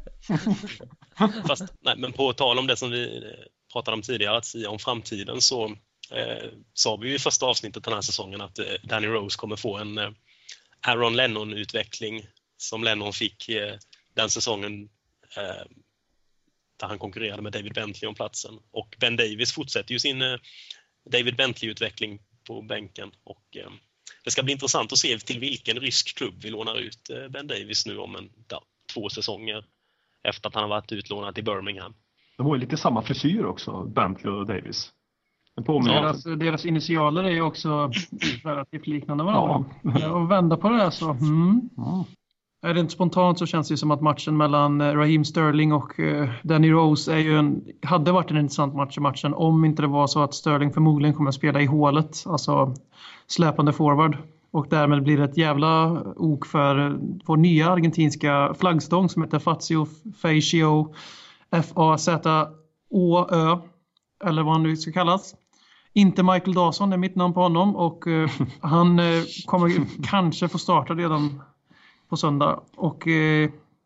fast, nej, men på tal om det som vi pratade om tidigare, att säga om framtiden, så eh, sa vi ju i första avsnittet den här säsongen att eh, Danny Rose kommer få en eh, Aaron Lennon-utveckling som Lennon fick eh, den säsongen eh, där han konkurrerade med David Bentley om platsen. Och Ben Davis fortsätter ju sin eh, David Bentley-utveckling på bänken. Och eh, det ska bli intressant att se till vilken rysk klubb vi lånar ut eh, Ben Davis nu om en, ja, två säsonger efter att han har varit utlånad till Birmingham. De har ju lite samma frisyr också, Bentley och Davis. Deras, deras initialer är ju också relativt liknande varandra. Ja. Och vända på det här så... Mm. Ja. Är det inte spontant så känns det som att matchen mellan Raheem Sterling och Danny Rose är ju en, hade varit en intressant match i matchen om inte det var så att Sterling förmodligen kommer att spela i hålet, alltså släpande forward. Och därmed blir det ett jävla ok för vår nya argentinska flaggstång som heter Fazio Facio F A Z O Ö eller vad han nu ska kallas. Inte Michael Dawson, det är mitt namn på honom och uh, han uh, kommer kanske få starta redan på söndag och uh,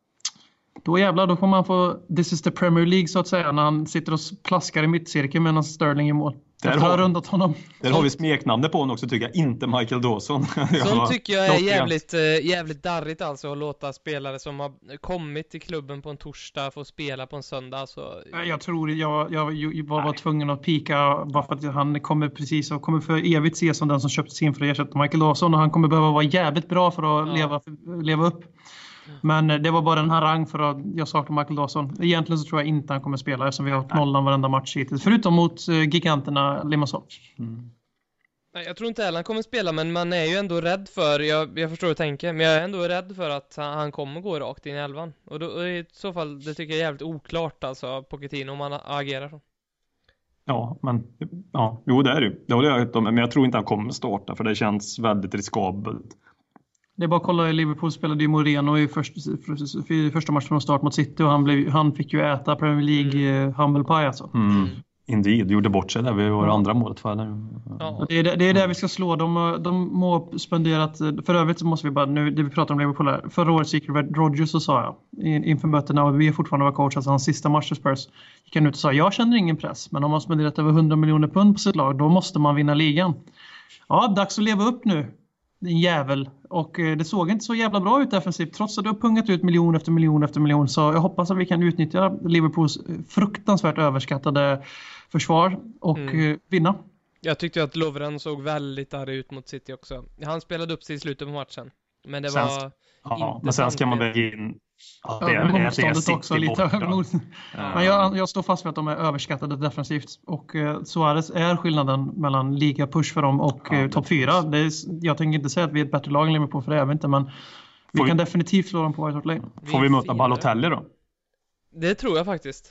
då jävlar, då får man få This is the Premier League så att säga när han sitter och plaskar i mittcirkeln medan Sterling i mål. Där har, rundat honom. Där har vi smeknamnet på honom också tycker jag, inte Michael Dawson. Sånt tycker jag är jävligt, äh, jävligt darrigt alltså att låta spelare som har kommit till klubben på en torsdag få spela på en söndag. Alltså. Jag tror jag, jag, jag var, var tvungen att pika bara för att han kommer precis och kommer för evigt se som den som köpte sin för att ersätta Michael Dawson och han kommer behöva vara jävligt bra för att ja. leva, leva upp. Men det var bara en harang för att jag saknar Michael Dawson. Egentligen så tror jag inte han kommer spela eftersom vi har haft nollan varenda match hittills. Förutom mot giganterna Limassol. Mm. Jag tror inte heller han kommer spela, men man är ju ändå rädd för, jag, jag förstår hur du tänker, men jag är ändå rädd för att han, han kommer gå rakt in i elvan. Och, då, och i så fall, det tycker jag är jävligt oklart alltså, Pochettino om han agerar så. Ja, men ja, jo det är det ju. Det håller jag inte om, men jag tror inte han kommer starta för det känns väldigt riskabelt. Det är bara att kolla, Liverpool spelade ju Moreno i första, för, första matchen från start mot City och han, blev, han fick ju äta Premier League mm. humble pie alltså. Mm. Indeed, gjorde bort sig där vid vår ja. andra målet för det. Ja. Det, är, det är där vi ska slå. De, de må spenderat, för övrigt så måste vi bara, nu det vi pratar om Liverpool här. Förra året gick Rodgers och sa jag inför mötena och vi är fortfarande var coach, alltså hans sista match i Spurs gick han ut och sa, jag känner ingen press, men om man spenderat över hundra miljoner pund på sitt lag, då måste man vinna ligan. Ja, dags att leva upp nu. En jävel. Och eh, det såg inte så jävla bra ut defensivt trots att du har pungat ut miljon efter miljon efter miljon. Så jag hoppas att vi kan utnyttja Liverpools fruktansvärt överskattade försvar och mm. eh, vinna. Jag tyckte att Lovren såg väldigt arg ut mot City också. Han spelade upp sig i slutet på matchen. Men det sen, var ja, men sen ska man väga in ja, det är, motståndet också lite mot. Men jag, jag står fast vid att de är överskattade defensivt och eh, Suarez är skillnaden mellan liga push för dem och ja, eh, topp fyra. Det är, jag tänker inte säga att vi är ett bättre lag än Liverpool för det är vi inte, men vi Får kan vi... definitivt slå dem på White Hart Lane. Får vi möta Balotelli då? Det tror jag faktiskt.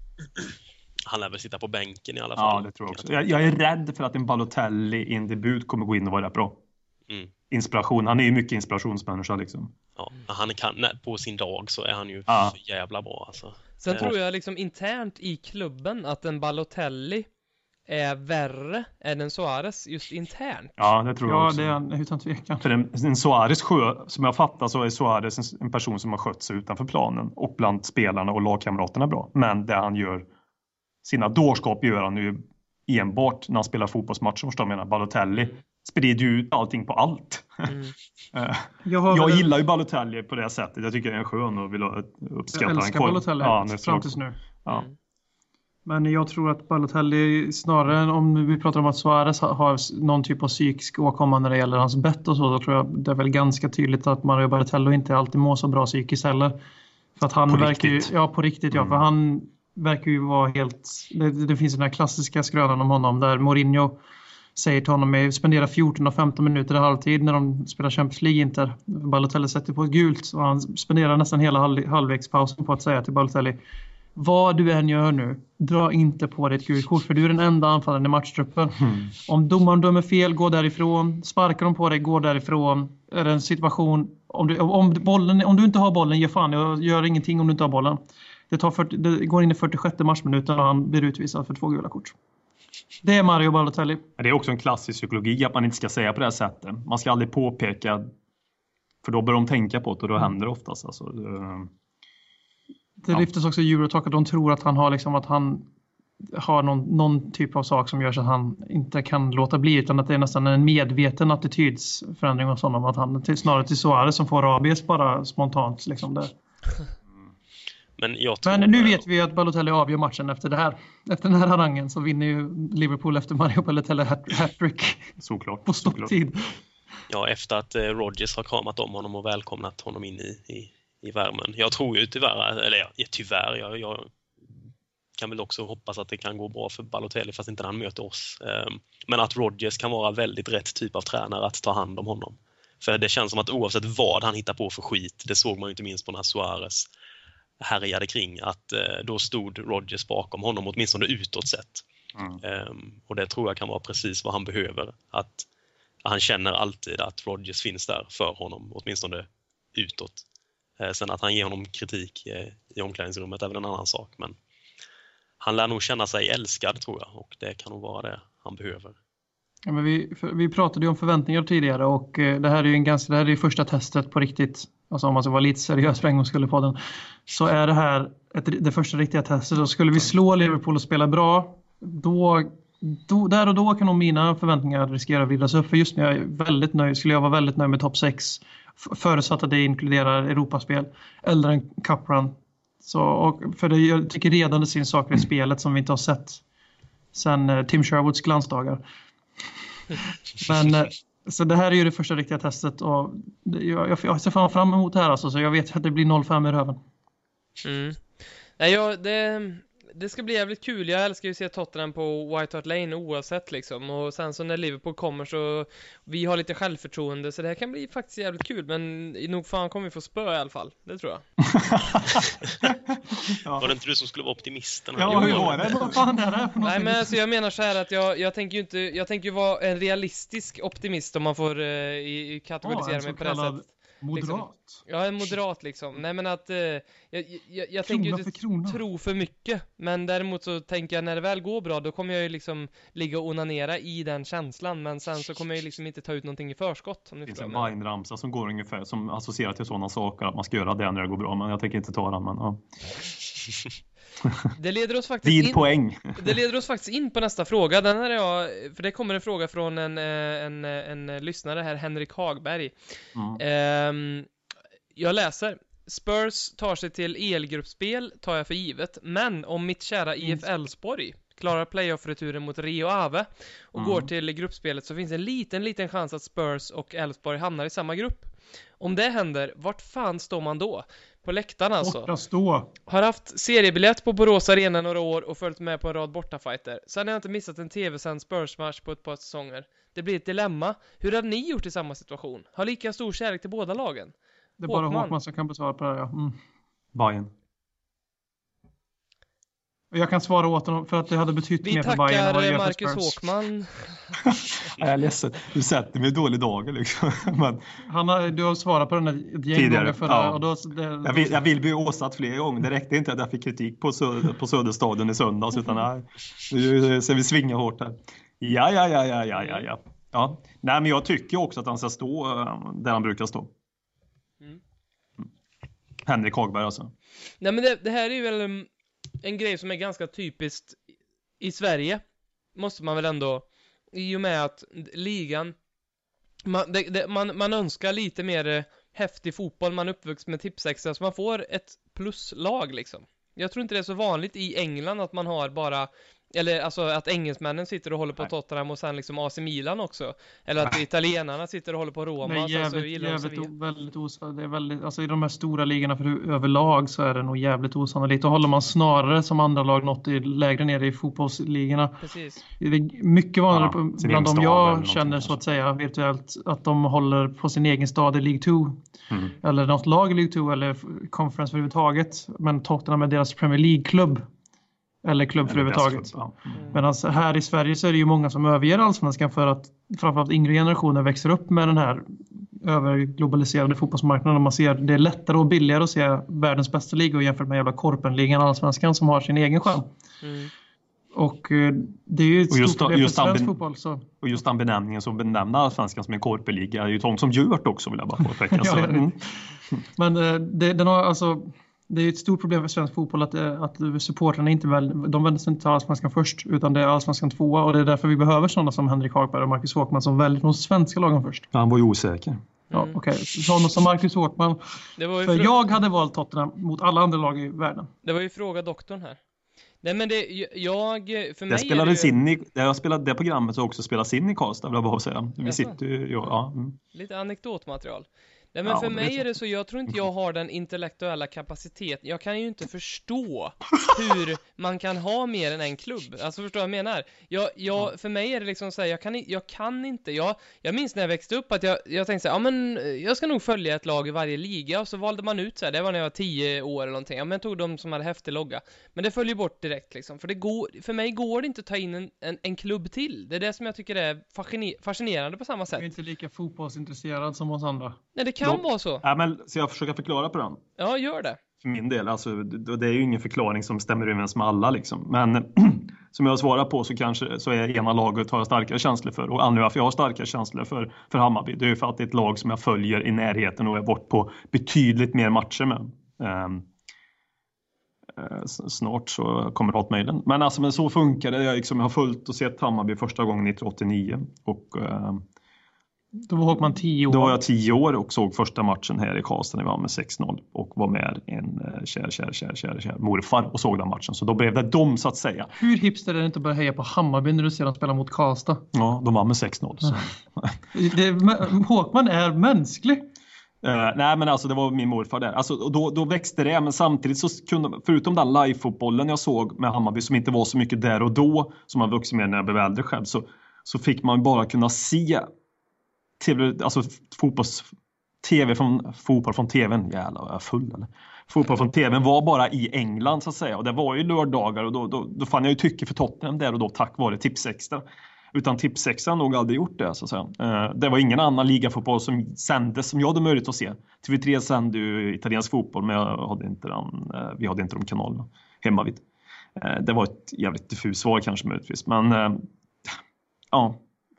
Han lär väl sitta på bänken i alla fall. Ja, det tror jag också. Jag, jag är rädd för att en Balotelli i en debut kommer gå in och vara rätt bra. Mm. Inspiration, han är ju mycket inspirationsmänniska liksom. Ja, han kan, på sin dag så är han ju ja. så jävla bra alltså. Sen tror jag liksom internt i klubben att en Balotelli är värre än en Suarez just internt. Ja, det tror jag ja, också. Ja, det är utan tvekan. För en, en Suarez sjö, som jag fattar så är Suarez en, en person som har skött sig utanför planen och bland spelarna och lagkamraterna bra. Men det han gör, sina dårskap gör han ju enbart när han spelar fotbollsmatcher, förstår jag menar. Balotelli sprider ju ut allting på allt. Mm. jag jag gillar ju Balotelli på det sättet. Jag tycker det är en skön och vill uppskatta jag älskar Balotelli ja, fram tills nu. Ja. Mm. Men jag tror att Balotelli snarare om vi pratar om att Suarez har någon typ av psykisk åkomma när det gäller hans bett och så, då tror jag det är väl ganska tydligt att Mario Balotelli inte alltid mår så bra psykiskt heller. För att han på verkar ju, ja på riktigt ja, mm. för han verkar ju vara helt, det, det finns den här klassiska skrönan om honom där Mourinho säger till honom att spendera fjorton och femton minuter i halvtid när de spelar Champions League Inter. Balotelli sätter på ett gult och han spenderar nästan hela halv, halvvägspausen på att säga till Balotelli, vad du än gör nu, dra inte på dig ett gult kort för du är den enda anfallaren i matchtruppen. Mm. Om domaren dömer fel, gå därifrån. Sparkar de på dig, gå därifrån. Är det en situation, om du, om bollen, om du inte har bollen, gör fan, jag gör ingenting om du inte har bollen. Det, tar fyrtio, det går in i fyrtiosjätte matchminuten och han blir utvisad för två gula kort. Det är Mario Balotelli. Det är också en klassisk psykologi att man inte ska säga på det här sättet. Man ska aldrig påpeka För då börjar de tänka på det och då händer det oftast. Alltså, det ja. lyftes också i Eurotalk att de tror att han har liksom att han har någon, någon typ av sak som gör så att han inte kan låta bli, utan att det är nästan en medveten attitydsförändring hos honom, att han till, snarare till Suarez som får rabies bara spontant liksom där. Men, jag tror Men nu vet vi ju att Balotelli avgör matchen efter det här. Efter den här harangen så vinner ju Liverpool efter Mario Balotelli hat-trick. Såklart. På stopptid. Ja, efter att Rodgers har kramat om honom och välkomnat honom in i, i, i värmen. Jag tror ju tyvärr, eller ja, tyvärr, jag, jag kan väl också hoppas att det kan gå bra för Balotelli fast inte när han möter oss. Men att Rodgers kan vara väldigt rätt typ av tränare att ta hand om honom. För det känns som att oavsett vad han hittar på för skit, det såg man ju inte minst på när Suarez härjade kring, att då stod Rodgers bakom honom, åtminstone utåt sett. Mm. Och det tror jag kan vara precis vad han behöver. Att han känner alltid att Rodgers finns där för honom, åtminstone utåt. Sen att han ger honom kritik i omklädningsrummet är väl en annan sak, men han lär nog känna sig älskad, tror jag, och det kan nog vara det han behöver. Ja, men vi, för, vi pratade ju om förväntningar tidigare, och eh, det här är ju en ganska, det här är ju första testet på riktigt. Alltså om man ska vara lite seriös för en gång skulle på den, så är det här ett, det första riktiga testet. Och skulle vi slå Liverpool och spela bra, då, då där och då kan nog mina förväntningar riskera att vridas upp. För just nu är jag väldigt nöjd, skulle jag vara väldigt nöjd med topp sex, förutsatt att det inkluderar Europaspel eller en Cup Run. Så, och för det, jag tycker redan det syns saker i spelet som vi inte har sett sen eh, Tim Sherwoods glansdagar. Men så det här är ju det första riktiga testet, och jag, jag, jag ser fan fram emot det här alltså, så jag vet att det blir noll fem i röven. Mm. Nej, jag, det, det ska bli jävligt kul. Jag älskar ju att se Tottenham på White Hart Lane oavsett liksom. Och sen så när Liverpool kommer så vi har lite självförtroende, så det här kan bli faktiskt jävligt kul. Men nog fan kommer vi få spö i alla fall. Det tror jag. Ja. Var det inte du som skulle vara optimisten? Ja, hur var det? Vad fan är det för Nej, men alltså, jag menar så här att jag, jag tänker ju inte, jag tänker ju vara en realistisk optimist, om man får uh, i, i kategorisera ja, mig på det sättet. Moderat. Liksom, ja, en moderat liksom. Nej, men att uh, jag, jag, jag tänker ju inte för tro för mycket. Men däremot så tänker jag när det väl går bra, då kommer jag ju liksom ligga och onanera i den känslan. Men sen så kommer jag ju liksom inte ta ut någonting i förskott. Om det finns en Vine-ramsa som går ungefär, som associerar till sådana saker, att man ska göra det när det går bra. Men jag tänker inte ta den, men ja. Det leder oss faktiskt in, poäng. Det leder oss faktiskt in på nästa fråga. Den här är jag, för det kommer en fråga från en, en, en, en lyssnare här, Henrik Hagberg. Mm. Um, jag läser: Spurs tar sig till E L-gruppspel, tar jag för givet. Men om mitt kära I F Elfsborg klarar playoff-returen mot Rio Ave och mm. går till gruppspelet, så finns en liten, liten chans att Spurs och Elfsborg hamnar i samma grupp. Om det händer, vart fan står man då? På läktaren alltså. Borta stå. Har haft seriebiljett på Borås Arena några år och följt med på en rad bortafighter. Sen har jag inte missat en tv-sänd Spurs-match på ett par säsonger. Det blir ett dilemma. Hur har ni gjort i samma situation? Har lika stor kärlek till båda lagen? Det är bara Håkman som kan besvara på det här, ja. Mm. Bayern. Jag kan svara åt honom för att det hade betytt mer för Bayern. Vi tackar Marcus Håkman. Jag är ledsen. Du sätter mig i dålig dag liksom. Men... Han har, du har svarat på den här ett gäng gånger förra. Ja. Och då, det, jag, vill, jag vill bli åsatt fler gånger. Det räckte inte att jag fick kritik på, Sö- på Söderstaden i söndags. Utan nej, nu ser vi svinga hårt här. Ja, ja, ja, ja, ja, ja, ja. ja. Nej, men jag tycker också att han ska stå där han brukar stå. Mm. Henrik Hagberg alltså. Nej, men det, det här är ju väl en, en grej som är ganska typiskt i Sverige. Måste man väl ändå, i och med att ligan man, det, det, man, man önskar lite mer häftig fotboll. Man är uppvuxen med tipsextra, så man får ett pluslag liksom. Jag tror inte det är så vanligt i England att man har bara, eller alltså att engelsmännen sitter och håller på Tottenham och sen liksom A C Milan också. Eller att Nej. italienarna sitter och håller på Roma. Det är jävligt, alltså, jävligt o- väldigt osannolikt. Det är väldigt, alltså i de här stora ligorna för överlag så är det nog jävligt osannolikt. Och håller man snarare som andra lag något i, lägre ner i fotbollsligorna. Precis. Det är mycket vanligare ja, på, bland dem jag känner så att säga virtuellt, att de håller på sin egen stad i League två. Mm. Eller något lag i League två eller Conference överhuvudtaget. Men Tottenham är deras Premier League-klubb. Eller klubb för överhuvudtaget. Ja. Mm. Men alltså här i Sverige så är det ju många som överger allsvenskan för att framförallt yngre generationer växer upp med den här överglobaliserade fotbollsmarknaden. Man ser det är lättare och billigare att se världens bästa liga och jämfört med jävla Korpenligan allsvenskan som har sin egen skärm. Mm. Och eh, det är ju ett Och just, stort problem just för svensk ben, fotboll. Så. Och just den benämningen som benämner Allsvenskan som en korpeliga är ju Tom som gjort också, vill jag bara påpeka. Ja, så, mm. Men eh, det, den har, alltså, det är ett stort problem för svensk fotboll att, att supportrarna inte väl, de vänder sig inte till Allsvenskan först, utan det är Allsvenskan tvåa, och det är därför vi behöver sådana som Henrik Hagberg och Marcus Håkman som väljer de svenska lagen först. Han var ju osäker. Ja, okej. Okay. Sådana som Marcus Håkman. Det var ju för frå- jag hade valt Tottenham mot alla andra lag i världen. Det var ju fråga doktorn här. Nej, men det, jag, för mig det spelades är det ju... in i, det jag spelade det programmet så också spelas in i Karlstad, vill jag bara säga. Vi Jaså? sitter ju, ja, ja. Mm. Lite anekdotmaterial. Nej, men Ja, för det mig vet är det så, jag tror inte jag har den intellektuella kapaciteten. Jag kan ju inte förstå hur man kan ha mer än en klubb. Alltså, förstår vad jag menar? Jag, jag, för mig är det liksom så här, jag kan, jag kan inte. Jag, jag minns när jag växte upp att jag, jag tänkte så här, ja men jag ska nog följa ett lag i varje liga. Och så valde man ut så här, det var när jag var tio år eller någonting. Ja, men jag tog de som hade häftig logga. Men det följer bort direkt liksom. För det går, för mig går det inte att ta in en, en, en klubb till. Det är det som jag tycker är fasciner- fascinerande på samma sätt. Jag är inte lika fotbollsintresserad som oss andra. Nej, det kan Då, vara så. Ja, men, så jag försöker förklara på den. Ja, gör det. För min del, alltså, det, det är ju ingen förklaring som stämmer överens med alla liksom. Men som jag svarar på så kanske så är ena laget har jag starkare känslor för. Och anledningen varför jag har starkare känslor för, för Hammarby, det är ju för att det är ett lag som jag följer i närheten och är bort på betydligt mer matcher med. Um, Snart så kommer hatmejlen. Men alltså, men så funkar det. Jag, liksom, jag har följt och sett Hammarby första gången nittonhundraåttionio. Och uh, då var Håkman tio år. Då var jag tio år och såg första matchen här i Karlstad när vi var med sex noll. Och var med en uh, kär, kär, kär, kär, kär morfar och såg den matchen. Så då blev det dom så att säga. Hur hipster är det inte att börja heja på Hammarby när du ser dem spela mot Karlstad? Ja, de var med sex noll. Så. det, Håkman är mänsklig. Uh, nej men alltså det var min morfar där. Alltså, då, då växte det, men samtidigt så kunde, förutom den live-fotbollen jag såg med Hammarby som inte var så mycket där och då, som man vuxit med när jag blev äldre själv, så, så fick man bara kunna se tv, alltså fotbolls, tv från, fotboll från tvn, jävlar jag är full eller? Fotboll från tvn var bara i England så att säga, och det var ju lördagar och då, då, då fann jag ju tycke för Tottenham där och då tack vare Tipsextra. Utan Tipsextra har nog aldrig gjort det så att säga. Uh, det var ingen annan ligafotboll som sändes som jag hade möjlighet att se. T V tre sände ju italiensk fotboll, men jag hade inte den, uh, vi hade inte de kanalerna hemma vid. Uh, det var ett jävligt diffus svar kanske möjligtvis. Men uh, ja.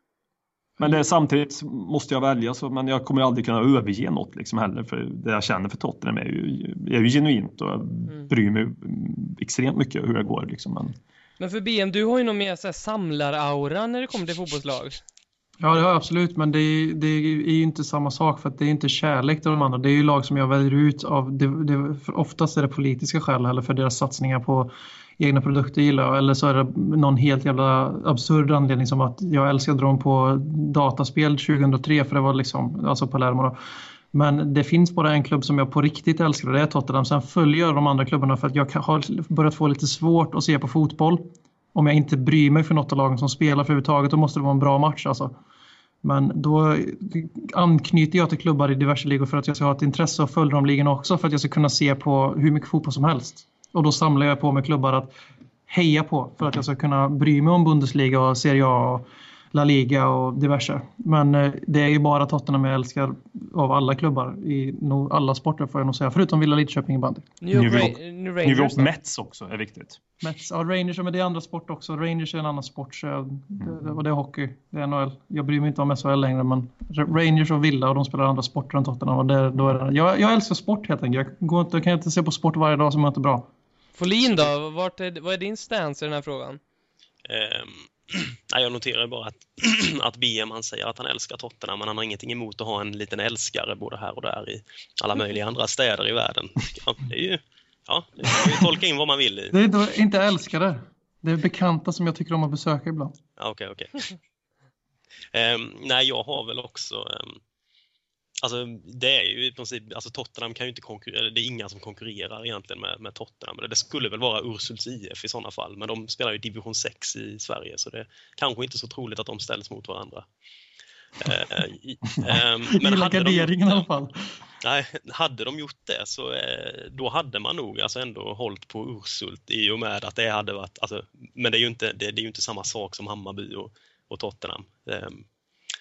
Men det är, samtidigt måste jag välja så, men jag kommer aldrig kunna överge något liksom heller, för det jag känner för Tottenham är ju, är ju genuint och jag mm. bryr mig extremt mycket hur det går liksom. Men Men för B M, du har ju nog mer så här samlaraura när det kommer till fotbollslag. Ja, det har jag absolut, men det är, det är ju inte samma sak, för att det är inte kärlek till de andra. Det är ju lag som jag väljer ut av, det, det, oftast är det politiska skäl eller för deras satsningar på egna produkter gillar jag, eller så är det någon helt jävla absurd anledning som att jag älskade dem på dataspel tjugohundratre, för det var liksom, alltså Palermo då. Men det finns bara en klubb som jag på riktigt älskar och det är Tottenham. Sen följer jag de andra klubbarna för att jag har börjat få lite svårt att se på fotboll. Om jag inte bryr mig för något av lagen som spelar för överhuvudtaget, då måste det vara en bra match alltså. Men då anknyter jag till klubbar i diverse ligor för att jag ska ha ett intresse och följa de ligorna också, för att jag ska kunna se på hur mycket fotboll som helst. Och då samlar jag på mig klubbar att heja på för att jag ska kunna bry mig om Bundesliga och Serie A och La Liga och diverse. Men eh, det är ju bara Tottenham jag älskar av alla klubbar i no, alla sporter får jag nog säga, förutom Villa Lidköping i bandy. New York, New Ra- York, New New York Mets också är viktigt. Mets, ja, Rangers, men det är andra sport också. Rangers är en annan sport, så jag, det, och det är hockey, det är N H L. Jag bryr mig inte om S H L längre, men Rangers och Villa, och de spelar andra sporter än Tottenham. Och det, då är det, jag, jag älskar sport helt enkelt. Jag, går inte, jag kan inte se på sport varje dag som är inte bra. Folin då, vart är, vad är din stance i den här frågan? Um, nej, jag noterar bara att, att B M han säger att han älskar Tottenham, men han har ingenting emot att ha en liten älskare både här och där i alla möjliga andra städer i världen. Ja, det är ju, ja, det kan ju tolka in vad man vill i. Det är inte, inte älskare. Det är bekanta som jag tycker om att besöka ibland. Ja, okej, okej. Um, nej, jag har väl också... Um, alltså, det är ju i princip... Alltså, Tottenham kan ju inte konkurrera... Det är inga som konkurrerar egentligen med, med Tottenham. Det skulle väl vara Ursuls I F i sådana fall. Men de spelar ju division sex i Sverige. Så det är kanske inte så troligt att de ställs mot varandra. Uh, i, um, men hade de gjort, i alla fall. Nej, hade de gjort det så eh, då hade man nog alltså ändå hållit på Ursult i och med att det hade varit... Alltså, men det är ju inte, det, det är ju inte samma sak som Hammarby och, och Tottenham. Um,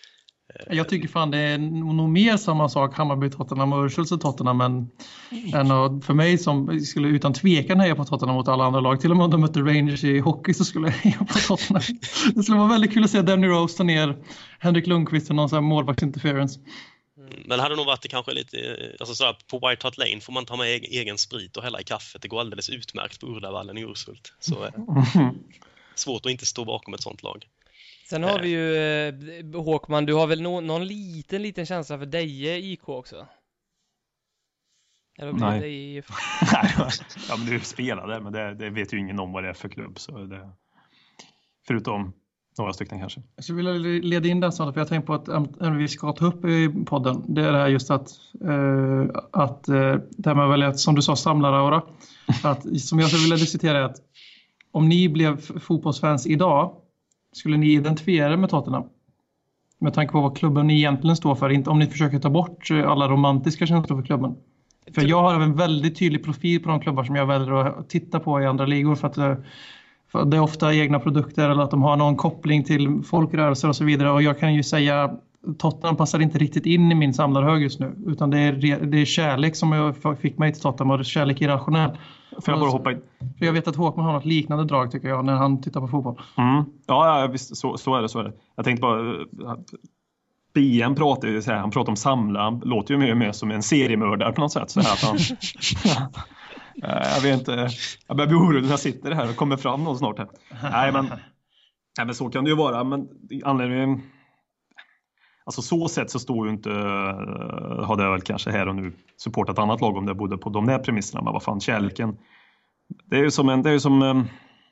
Jag tycker fan det är nog mer samma sak Hammarby-Tottenham och Schultz-Tottenham än, än att, för mig som skulle utan tvekan heja på Tottenham mot alla andra lag. Till och med om de mötte Rangers i hockey så skulle jag heja på Tottenham. Det skulle vara väldigt kul att se Danny Rose ta ner Henrik Lundqvist för någon sån här målvaktsinterference. Men det hade nog varit kanske lite, alltså sådär, på White Hart Lane får man ta med egen sprit och hälla i kaffet. Det går alldeles utmärkt på Urdavallen i Urshult. Så eh, svårt att inte stå bakom ett sånt lag. Sen har vi ju eh, Håkman, du har väl no- någon liten liten känsla för Deje I K också? Eller blir Nej. det i... Ja, men du spelade, men det, det vet ju ingen om vad det är för klubb. Så det, förutom några stycken kanske. Jag skulle vilja leda in den snart, för jag tänkte på att äm, vi ska ta upp i podden. Det är det här just att, eh, att eh, det här med väl att, som du sa, samlaraura. Att, som jag skulle vilja diskutera är att om ni blev fotbollsfans idag, skulle ni identifiera med Tottenham? Med tanke på vad klubben ni egentligen står för. Inte om ni försöker ta bort alla romantiska känslor för klubben. För jag har en väldigt tydlig profil på de klubbar som jag väljer att titta på i andra ligor. För att, för att det är ofta egna produkter eller att de har någon koppling till folkrörelser och så vidare. Och jag kan ju säga Tottenham passar inte riktigt in i min samlarhög just nu. Utan det är, det är kärlek som jag fick mig till Tottenham, och det är kärlek irrationell. Får jag bara hoppa in? För jag vet att Håkman har något liknande drag, tycker jag, när han tittar på fotboll. Mm. Ja, ja visst, så, så är det, så är det. Jag tänkte bara, B M pratar ju så här, han pratar om samla, han låter ju mer och mer som en seriemördare på något sätt. Så här att han, jag vet inte, jag börjar bli orolig när jag sitter här och kommer fram någon snart här. Nej, men, nej, men så kan det ju vara, men anledningen, alltså så sätt så står ju inte, hade jag väl kanske här och nu supportat annat lag om det bodde på de där premisserna, men vad fan, kärleken. Det är ju som en, det är ju som en,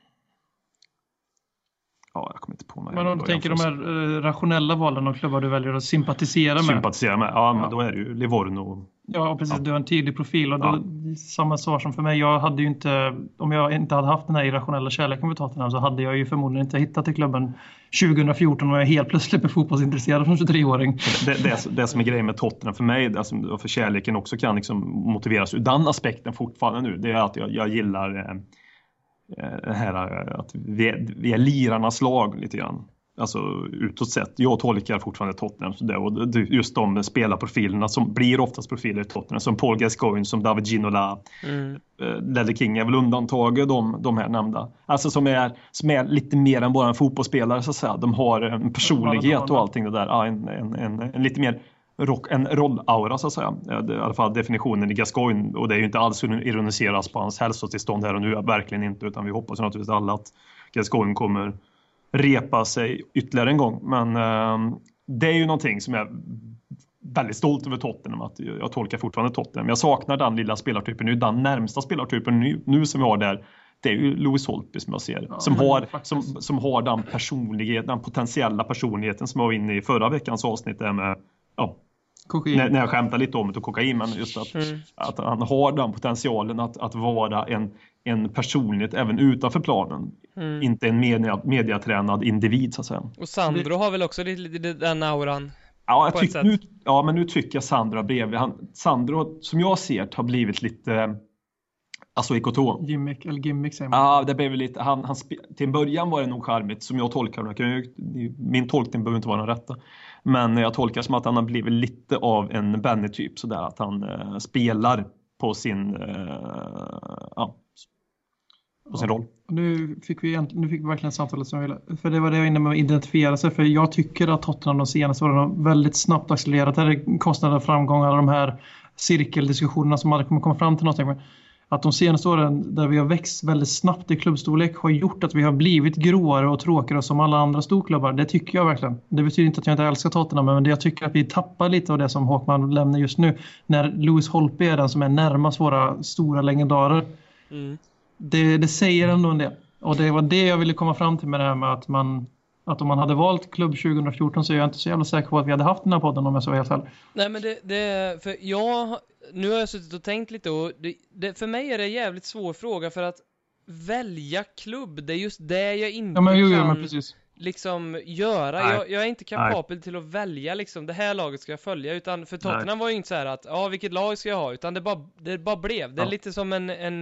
ja, jag kommer inte på mig. Men om du tänker de här uh, rationella valen av klubbar du väljer att sympatisera med. Sympatisera med, ja, men ja. Då är det ju Livorno. Ja, precis, ja. Du har en tydlig profil och då, ja. Samma svar som för mig. Jag hade ju inte, om jag inte hade haft den här irrationella kärleken för Tottenham, så hade jag ju förmodligen inte hittat till klubben tjugo fjorton och jag helt plötsligt är fotbollsintresserad som tjugotre-åring. Det, det, det som är grejen med Tottenham för mig, alltså för kärleken också kan liksom motiveras ur den aspekten fortfarande nu, det är att jag, jag gillar eh, det här att vi, vi är lirarnas lag lite grann. Alltså utåt sett. Jag tolkar fortfarande Tottenham så det, och just de spelarprofilerna som blir oftast profiler i Tottenham, som Paul Gascoigne, som David Ginola, mm. Ledley King är väl undantaget, de, de här nämnda. Alltså som är, som är lite mer än bara en fotbollsspelare så att säga. De har en personlighet och allting det där. Ja, en, en, en, en lite mer rock, en rollaura så att säga. I alla fall definitionen i Gascoigne, och det är ju inte alls ironiseras på hans hälsotillstånd här och nu, verkligen inte, utan vi hoppas naturligtvis alla att Gascoigne kommer repa sig ytterligare en gång. Men eh, det är ju någonting som jag är väldigt stolt över Tottenham, att jag tolkar fortfarande Tottenham. Jag saknar den lilla spelartypen nu, den närmsta spelartypen nu, nu som vi har där. Det är ju Louis Holtby som jag ser, ja, som, har, som, som har den personlighet, den potentiella personligheten som jag var inne i förra veckans avsnitt där med, ja, när, när jag skämtar lite om det och kokain, men just att, mm. att han har den potentialen att, att vara en, en personlighet även utanför planen. Mm. Inte en media, mediatränad individ så att säga. Och Sandro har väl också lite, lite den auran. Ja, jag tyck, nu, ja, men nu tycker jag Sandro bredvid. Han, Sandro, som jag ser, har blivit lite, alltså I K T. Gimmick, eller gimmick säger man. Ja, det blev lite, han, han, till en början var det nog charmigt, som jag tolkar det. Min tolkning behöver inte vara den rätta. Men jag tolkar som att han har blivit lite av en Benny-typ, sådär att han eh, spelar på sin, eh, ja, på sin ja. roll. Nu fick, vi, nu fick vi verkligen samtalet som vi ville. För det var det jag var inne med att identifiera sig. För jag tycker att Tottenham de senaste åren har väldigt snabbt accelererat. Det är kostnader, framgång, alla de här cirkeldiskussionerna som aldrig kommer komma fram till någonting. Att de senaste åren där vi har växt väldigt snabbt i klubbstorlek har gjort att vi har blivit gråare och tråkigare som alla andra storklubbar. Det tycker jag verkligen. Det betyder inte att jag inte älskar Tottenham, men det jag tycker att vi tappar lite av det som Håkman lämnar just nu. När Louis Holtby är den som är närmast våra stora legendarer. Mm. Det, det säger ändå en del. Och det var det jag ville komma fram till med det här med att man... Att om man hade valt klubb tjugo fjorton så är jag inte så jävla säker på att vi hade haft den här podden om jag så var helt ärlig. Nej, men det, det för jag nu har jag suttit och tänkt lite och det, det, för mig är det en jävligt svår fråga, för att välja klubb, det är just det jag inte ja, men, jo, kan ja, men precis. liksom göra. Jag, jag är inte kapabel Nej. till att välja liksom det här laget ska jag följa, utan för Tottenham Nej. var ju inte så här att ja, vilket lag ska jag ha, utan det bara det bara blev. Det är ja. lite som en en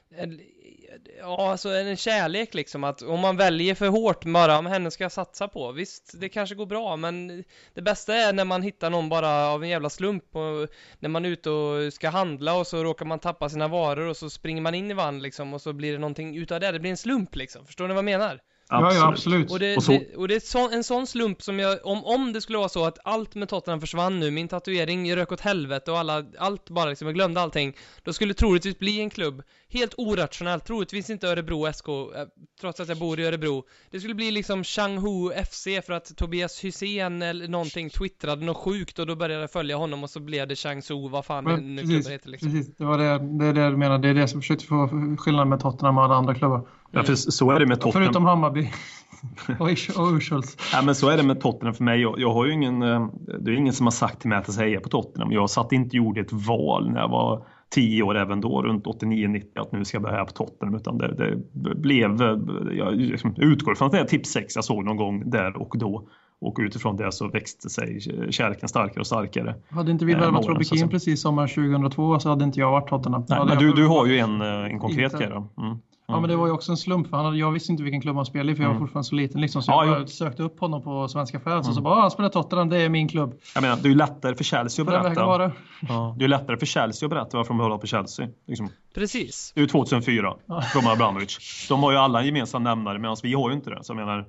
en, ja, alltså en kärlek liksom, att om man väljer för hårt bara om henne ska jag satsa på, visst det kanske går bra, men det bästa är när man hittar någon bara av en jävla slump, och när man är ute och ska handla och så råkar man tappa sina varor och så springer man in i vann liksom, och så blir det någonting utav det, det blir en slump liksom, förstår ni vad jag menar? Ja, ja, absolut. Och det, och så... det, och det är så, en sån slump som jag, om, om det skulle vara så att allt med Tottenham försvann nu, min tatuering rök åt helvete och alla, allt bara liksom, jag glömde allting, då skulle det troligtvis bli en klubb, helt orationellt, troligtvis inte Örebro S K, eh, trots att jag bor i Örebro. Det skulle bli liksom Changhu F C för att Tobias Hysén eller någonting twittrade något sjukt och då började jag följa honom och så blev det Changsu, vad fan Men, nu precis, klubben heter liksom. Precis, det var det, det är det jag menar, det är det som försökte få skillnad med Tottenham och alla andra klubbar. Ja, för så är det med Tottenham. Förutom Hammarby och Urschultz. Ja, men så är det med Tottenham för mig. Jag, jag har ju ingen, det är ingen som har sagt till mig att jag ska heja på Tottenham. Jag satt inte och gjorde ett val när jag var tio år även då, runt åttionio nittio, att nu ska jag börja heja på Tottenham. Utan det, det blev, jag liksom utgår från att det är tips sex jag såg någon gång där och då. Och utifrån det så växte sig kärleken starkare och starkare. Hade inte vi värvat Robbie Keane precis sommar tjugohundratvå så hade inte jag varit Tottenham. Nej, men du, du har ju en, en konkret grej då. Mm. Ja, men det var ju också en slump för han hade, jag visste inte vilken klubb han spelade i för jag var Mm. fortfarande så liten liksom, så Ja, jag bara jo. sökte upp honom på svenska fans Mm. och så bara, ah, han spelar Tottenham, det är min klubb. Jag menar, det är ju lättare för Chelsea att För den verkar vara berätta. det. Ja, det är lättare för Chelsea att berätta varför de håller på Chelsea. Liksom. Precis. Det är ju tjugohundrafyra, Roman Abramovich. De har ju alla en gemensam nämnare medan vi har ju inte det. Så jag menar...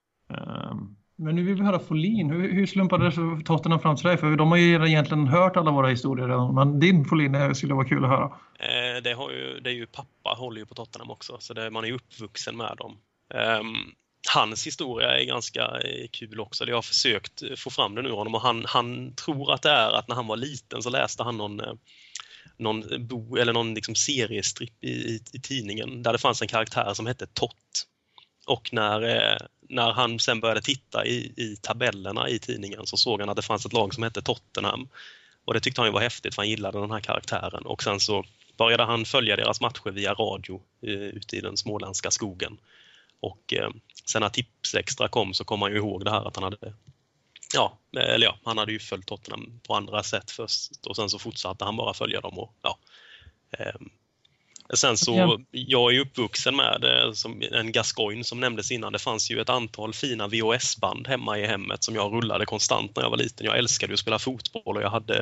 ehm, Men nu vill vi höra Folin. Hur, hur slumpade det så Tottenham fram till dig? För de har ju egentligen hört alla våra historier redan. Men din Folin skulle vara kul att höra. Eh, det, har ju, det är ju pappa håller ju på Tottenham också, så det, man är ju uppvuxen med dem. Um, hans historia är ganska eh, kul också. Jag har försökt få fram det nu honom och han, han tror att det är att när han var liten så läste han någon, eh, någon bo eller någon liksom seriestripp i, i, i tidningen där det fanns en karaktär som hette Tott. Och när, eh, när han sen började titta i, i tabellerna i tidningen så såg han att det fanns ett lag som hette Tottenham. Och det tyckte han ju var häftigt för han gillade den här karaktären. Och sen så började han följa deras matcher via radio eh, ute i den småländska skogen. Och eh, sen när Tips Extra kom så kom han ju ihåg det här att han hade, ja, eller ja, han hade ju följt Tottenham på andra sätt först. Och sen så fortsatte han bara följa dem och ja. Eh, Sen så, jag är ju uppvuxen med som en Gascoigne som nämndes innan. Det fanns ju ett antal fina V H S-band hemma i hemmet som jag rullade konstant när jag var liten. Jag älskade att spela fotboll och jag hade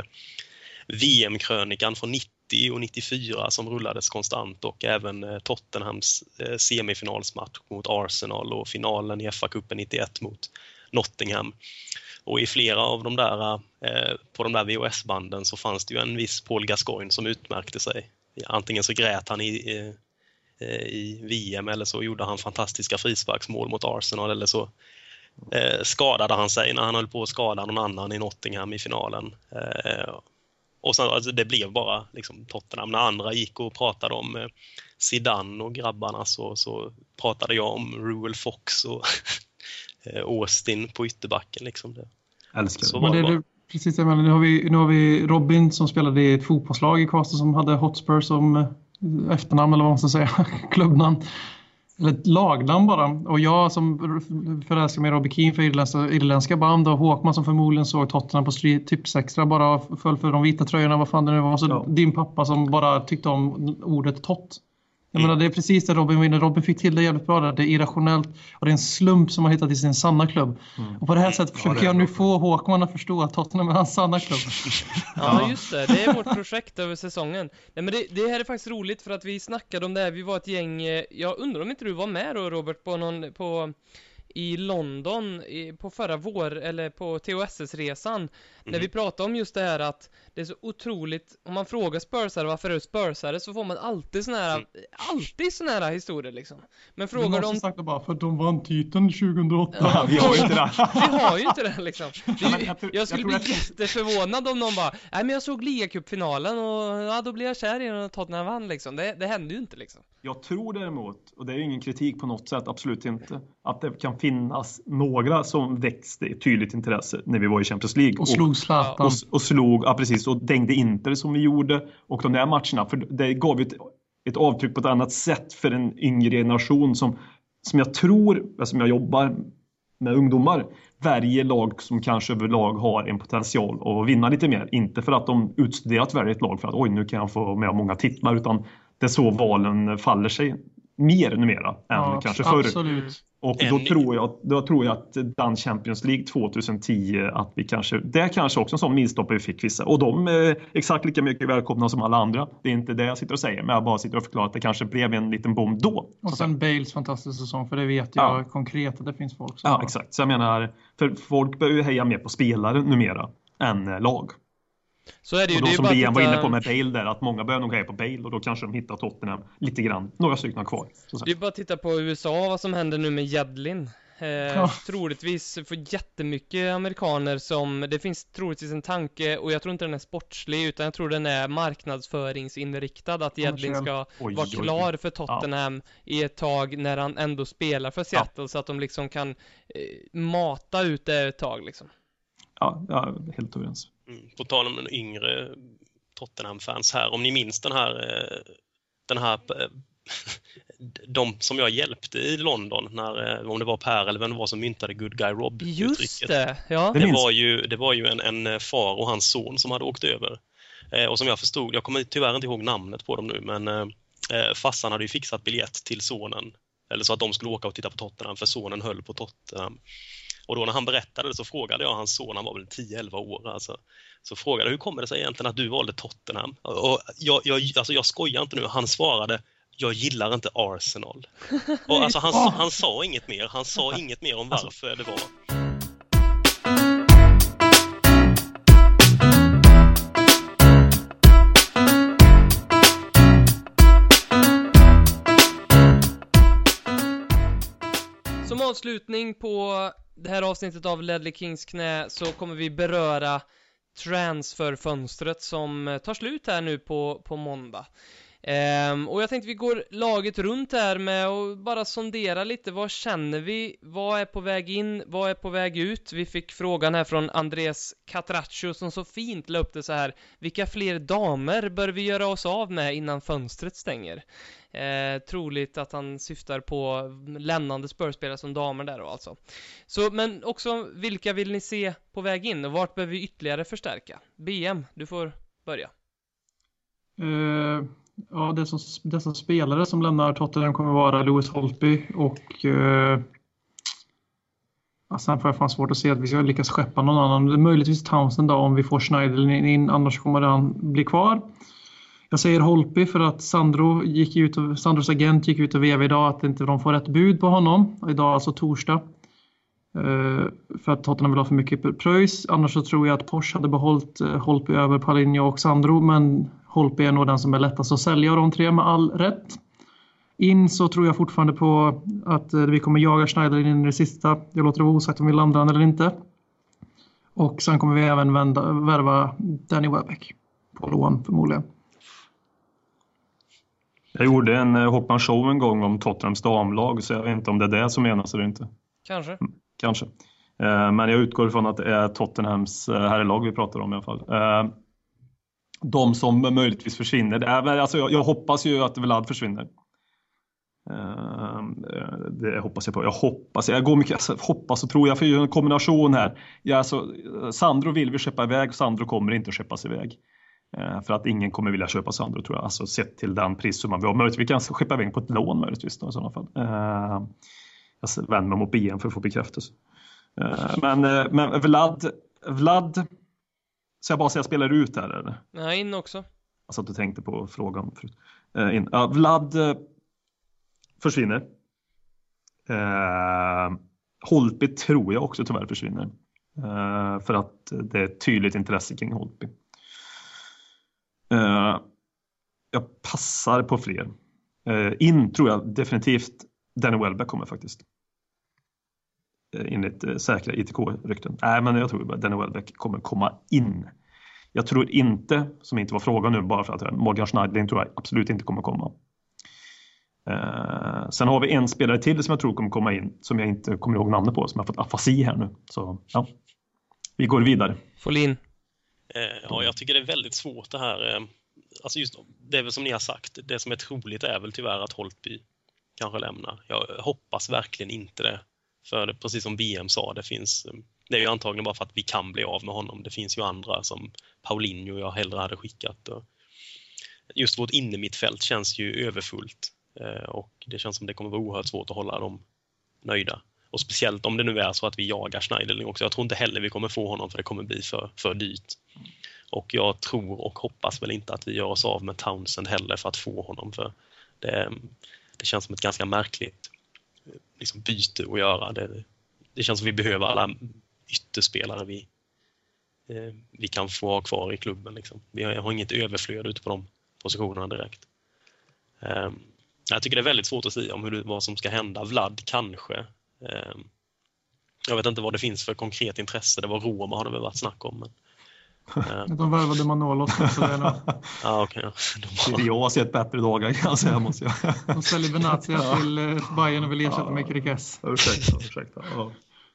V M-krönikan från nittio och nittiofyra som rullades konstant och även Tottenhams semifinalsmatch mot Arsenal och finalen i F A-cupen nittioett mot Nottingham. Och i flera av de där, på de där V H S-banden så fanns det ju en viss Paul Gascoigne som utmärkte sig. Antingen så grät han i, i, i V M eller så gjorde han fantastiska frisparksmål mot Arsenal eller så eh, skadade han sig när han höll på att skada någon annan i Nottingham i finalen. Eh, och sen, alltså, det blev bara liksom, Tottenham. När andra gick och pratade om eh, Zidane och grabbarna så, så pratade jag om Ruel Fox och eh, Austin på ytterbacken. Liksom. Det. Älskar så var det. det Precis, men nu har vi, nu har vi Robin som spelade i ett fotbollslag i Karlstad som hade Hotspur som efternamn eller vad man ska säga, klubbnamn. Eller ett lagnamn bara. Och jag som förälskar mig Robbie Keane för irländska, irländska band och Håkman som förmodligen såg Tottenham på Tips Extra bara föll för de vita tröjorna, vad fan det nu var. Så ja. Din pappa som bara tyckte om ordet Tott. Jag menar, det är precis det Robin vinner. Robin fick till det jävligt bra där. Det är irrationellt och det är en slump som har hittat i sin sanna klubb. Mm. Och på det här sättet försöker ja, jag nu få Håkman att förstå att Tottenham är hans sanna klubb. Ja, just det. Det är vårt projekt över säsongen. Nej, men det, det här är faktiskt roligt för att vi snackade om det här. Vi var ett gäng, jag undrar om inte du var med då, Robert, på någon, på... i London i, på förra vår eller på T O S S-resan mm. när vi pratade om just det här att det är så otroligt, om man frågar Spursare varför är du Spursare så får man alltid såna här mm. alltid såna här historier liksom. Men frågar de sagt bara för att de vann titeln tjugohundraåtta. Ja, vi har ju inte det. Vi har ju inte det liksom. Det, jag, jag skulle jag bli att... jätteförvånad om någon bara, nej men jag såg Liga-cupfinalen och ja, då blev jag kär i den och Tottenham vann liksom. Det, det hände ju inte liksom. Jag tror däremot, och det är ju ingen kritik på något sätt, absolut inte, att det kan finnas några som växte tydligt intresse när vi var i Champions League. Och slog Zlatan. Och, och slog, ja precis, och dängde inte det som vi gjorde. Och de där matcherna, för det gav ett, ett avtryck på ett annat sätt för en yngre generation som, som jag tror, som jag jobbar med ungdomar, varje lag som kanske överlag har en potential att vinna lite mer. Inte för att de utstuderat varje ett lag för att oj, nu kan jag få med många titlar, utan det är så valen faller sig mer numera än Ja, kanske förr. absolut. Och då En- tror, jag, då tror jag att den Champions League tjugohundratio, att vi kanske, det är kanske också en sån milstolpe vi fick vissa. Och de är exakt lika mycket välkomna som alla andra. Det är inte det jag sitter och säger, men jag bara sitter och förklarar att det kanske blev en liten boom då. Och sen Bales fantastisk säsong, för det vet jag Ja. konkret att det finns folk som Ja, har. exakt. Så jag menar, för folk börjar ju heja mer på spelare numera än eh, lag. Så är det ju. Och Det då är ju som bara B M var titta- inne på med Bale där, att många börjar nog heja på Bale och då kanske de hittar Tottenham lite grann. Några stycken kvar. Så Det är bara att titta på U S A, vad som händer nu med Jedlin. Eh, Ja. Troligtvis för jättemycket amerikaner som, det finns troligtvis en tanke, och jag tror inte den är sportslig, utan jag tror den är marknadsföringsinriktad, att Jedlin ska Oj, vara oj, oj. klar för Tottenham i ett tag när han ändå spelar för Seattle, så att de liksom kan eh, mata ut det ett tag liksom. Ja, ja, helt överens. Mm. På tal om den yngre Tottenham-fans här, om ni minns den här eh, den här eh, de som jag hjälpte i London när, eh, om det var Per eller vem det var som myntade Good Guy Rob Just uttrycket. det, ja. Det Det minns. var ju, det var ju en, en far och hans son som hade åkt över. Eh, och som jag förstod, jag kommer tyvärr inte ihåg namnet på dem nu, men eh, farsan hade ju fixat biljett till sonen. Eller så att de skulle åka och titta på Tottenham, för sonen höll på Tottenham. Och då när han berättade det så frågade jag hans son, han var väl tio elva år alltså. Så frågade jag, hur kommer det sig egentligen att du valde Tottenham? Och jag, jag, alltså jag skojar inte nu, han svarade, jag gillar inte Arsenal. Och alltså han, sa- han sa inget mer, han sa inget mer om varför det var. Som avslutning på det här avsnittet av Ledley Kings knä så kommer vi beröra transferfönstret som tar slut här nu på, på måndag. Ehm, och jag tänkte vi går laget runt här med och bara sondera lite, vad känner vi, vad är på väg in, vad är på väg ut. Vi fick frågan här från Andres Catraccio som så fint la upp det så här: vilka fler damer bör vi göra oss av med innan fönstret stänger? Eh, troligt att han syftar på lämnande Spurs-spelare som damer där då alltså. Så, men också, vilka vill ni se på väg in och vart behöver vi ytterligare förstärka? B M, du får börja. Eh, ja, det som, dessa spelare som lämnar Tottenham kommer vara Lewis Holtby och eh, ja, sen får jag fan svårt att se att vi ska lyckas skeppa någon annan. Det är möjligtvis Townsend då, om vi får Schneider in, annars kommer han bli kvar. Jag säger Holtby för att Sandro gick ut och, Sandros agent gick ut och vevade idag att inte de får rätt bud på honom. Idag alltså torsdag. Uh, för att Tottenham vill ha för mycket pröjs. Annars så tror jag att Porsche hade behållit uh, Holtby över Paulinho och Sandro. Men Holtby är nog den som är lättast att sälja av de tre med all rätt. In så tror jag fortfarande på att uh, vi kommer jaga Schneider in i det sista. Jag låter det vara osagt om vi landar han eller inte. Och sen kommer vi även vända, värva Danny Welbeck på lån förmodligen. Jag gjorde en eh, Hockman show en gång om Tottenhams damlag, så jag vet inte om det är det som menas eller inte. Kanske. Kanske. Eh, men jag utgår ifrån att det är Tottenhams eh, herrlag vi pratar om i alla fall. Eh, de som möjligtvis försvinner. Det är, väl- alltså, jag, jag hoppas ju att Vlad försvinner. Eh, det hoppas jag på. Jag hoppas, jag går mycket, alltså, hoppas och tror jag, för ju en kombination här. Ja, alltså, Sandro vill vi köpa iväg, Sandro kommer inte att köpas iväg. Eh, för att ingen kommer vilja köpa Sandro, tror jag. Alltså sett till den prissumman vi har. Möjligtvis vi kan skeppa iväg på ett lån möjligtvis då, i sådana fall. Eh, jag vänder mig mot B M för att få bekräftelse. Eh, men, eh, men Vlad, Vlad, så jag bara säga spelar ut här eller? Nej, in också. Alltså att du tänkte på frågan förut. Eh, in. Ja, Vlad eh, försvinner. Eh, Holtby tror jag också tyvärr försvinner. Eh, för att det är ett tydligt intresse kring Holtby. Uh, jag passar på fler. Uh, in tror jag definitivt Danny Welbeck kommer faktiskt. Uh, enligt uh, säkra I T K-rykten. Nej, men jag tror att Danny Welbeck kommer komma in. Jag tror inte, som inte var frågan nu, bara för att Morgan Schneiderlin tror jag absolut inte kommer komma. Uh, sen har vi en spelare till som jag tror kommer komma in, som jag inte kommer ihåg namnet på, som har fått afasi här nu. Så ja, vi går vidare. Folin. Eh, ja, jag tycker det är väldigt svårt det här. Eh, alltså just det är väl som ni har sagt, det som är troligt är väl tyvärr att Holtby kanske lämnar. Jag hoppas verkligen inte det. För det, precis som B M sa, det finns, det är ju antagligen bara för att vi kan bli av med honom. Det finns ju andra som Paulinho jag hellre hade skickat. Och, just vårt innermittfält känns ju överfullt. Eh, och det känns som det kommer vara oerhört svårt att hålla dem nöjda. Och speciellt om det nu är så att vi jagar Schneiderlin också. Jag tror inte heller vi kommer få honom för det kommer bli för, för dyrt. Och jag tror och hoppas väl inte att vi gör oss av med Townsend heller för att få honom. För det, det känns som ett ganska märkligt liksom, byte att göra. Det, det känns som vi behöver alla ytterspelare vi, eh, vi kan få ha kvar i klubben. Liksom. Vi har, har inget överflöd ute på de positionerna direkt. Eh, jag tycker det är väldigt svårt att säga om hur det, vad som ska hända. Vlad kanske. Eh, jag vet inte vad det finns för konkret intresse. Det var Roma har det väl varit snack om. Men, de värvade Manolos. Så det är nog... ah, okay, ja. De... Jag har sett bättre dagar kan jag säga. Måste jag. De säljer Benatia ja. till Bayern och vill ersätta ja. med Krikes. Ursäkta, ursäkta. Ja.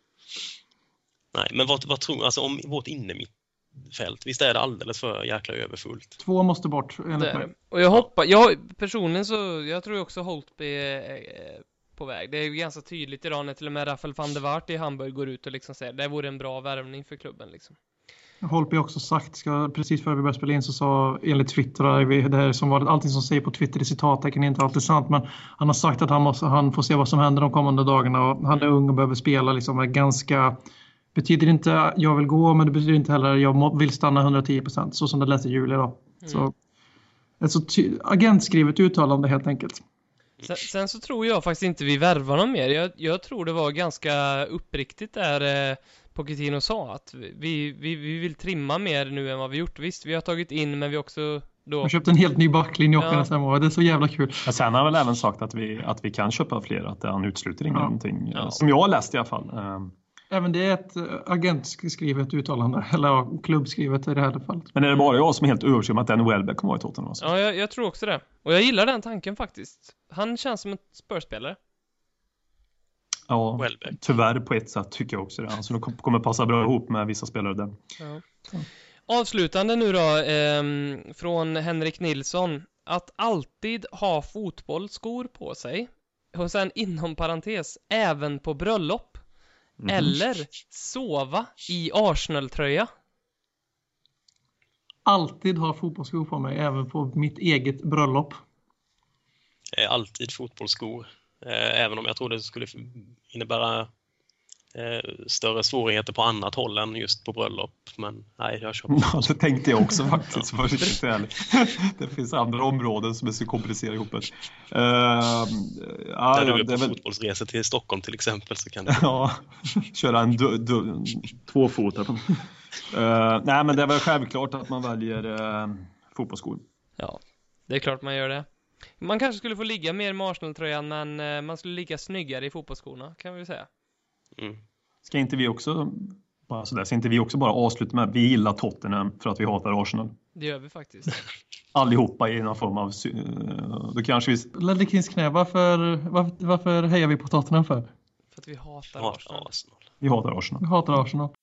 Nej, men vad, vad tror alltså om vårt innermittfält? Visst är det alldeles för jäkla överfullt? Två måste bort enligt mig. Och jag hoppas, jag personligen så, jag tror också Holtby är på väg. Det är ju ganska tydligt idag när till och med Rafael van der Vaart i Hamburg går ut och liksom säger det vore en bra värvning för klubben liksom. Holtby också sagt, ska, precis före vi började spela in så sa enligt Twitter, det här som var allting som säger på Twitter i citattecken är inte alltid sant, men han har sagt att han, måste, han får se vad som händer de kommande dagarna och han är ung och behöver spela liksom, är ganska, betyder inte jag vill gå, men det betyder inte heller jag vill stanna hundratio procent så som det lät i juli då. Mm. Så ett så ty- agentskrivet uttalande helt enkelt. Sen, sen så tror jag faktiskt inte vi värvar någon mer. Jag, jag tror det var ganska uppriktigt där eh, Pochettino sa att vi, vi, vi vill trimma mer nu än vad vi gjort. Visst, vi har tagit in men vi också då... Jag köpte en helt ny backlinje och ja. Sen var det är så jävla kul. Ja, sen har väl även sagt att vi, att vi kan köpa fler, att han utesluter ja. Någonting. Ja. Som jag har läst i alla fall. Även det är ett agentskrivet uttalande, eller klubbskrivet i det här fallet. Men är det bara jag som är helt övertygad om att den Welbeck kommer vara i Tottenham? Ja, jag, jag tror också det. Och jag gillar den tanken faktiskt. Han känns som en Spurs-spelare. Ja, Welbeck. Tyvärr på ett sätt tycker jag också det. Alltså, de kommer passa bra ihop med vissa spelare där. Ja. Avslutande nu då, eh, från Henrik Nilsson. Att alltid ha fotbollsskor på sig. Och sen inom parentes, även på bröllop. Mm. Eller sova i Arsenal-tröja. Alltid ha fotbollsskor på mig, även på mitt eget bröllop. Alltid fotbollsskor. Även om jag tror det skulle innebära större svårigheter på annat håll än just på bröllop. Men nej, jag köper. Ja, det tänkte jag också faktiskt. Ja. Det finns andra områden som är så komplicerade ihop. Uh, ja, Där du är på väl... fotbollsresor till Stockholm till exempel så kan du... Ja, köra en du, du, två fotar. Uh, nej, men det är väl självklart att man väljer uh, fotbollsskor. Ja, det är klart man gör det. Man kanske skulle få ligga mer med Arsenal-tröjan, men uh, man skulle ligga snyggare i fotbollsskorna, kan vi säga. Mm. Ska inte vi också bara så där, ska inte vi också bara avsluta med vi gillar Tottenham för att vi hatar Arsenal? Det gör vi faktiskt. Allihopa i någon form av då kanske vi Ledley Kings knä, varför, varför varför hejar vi på Tottenham för? För att vi hatar Arsenal. Vi hatar Arsenal. Vi hatar Arsenal.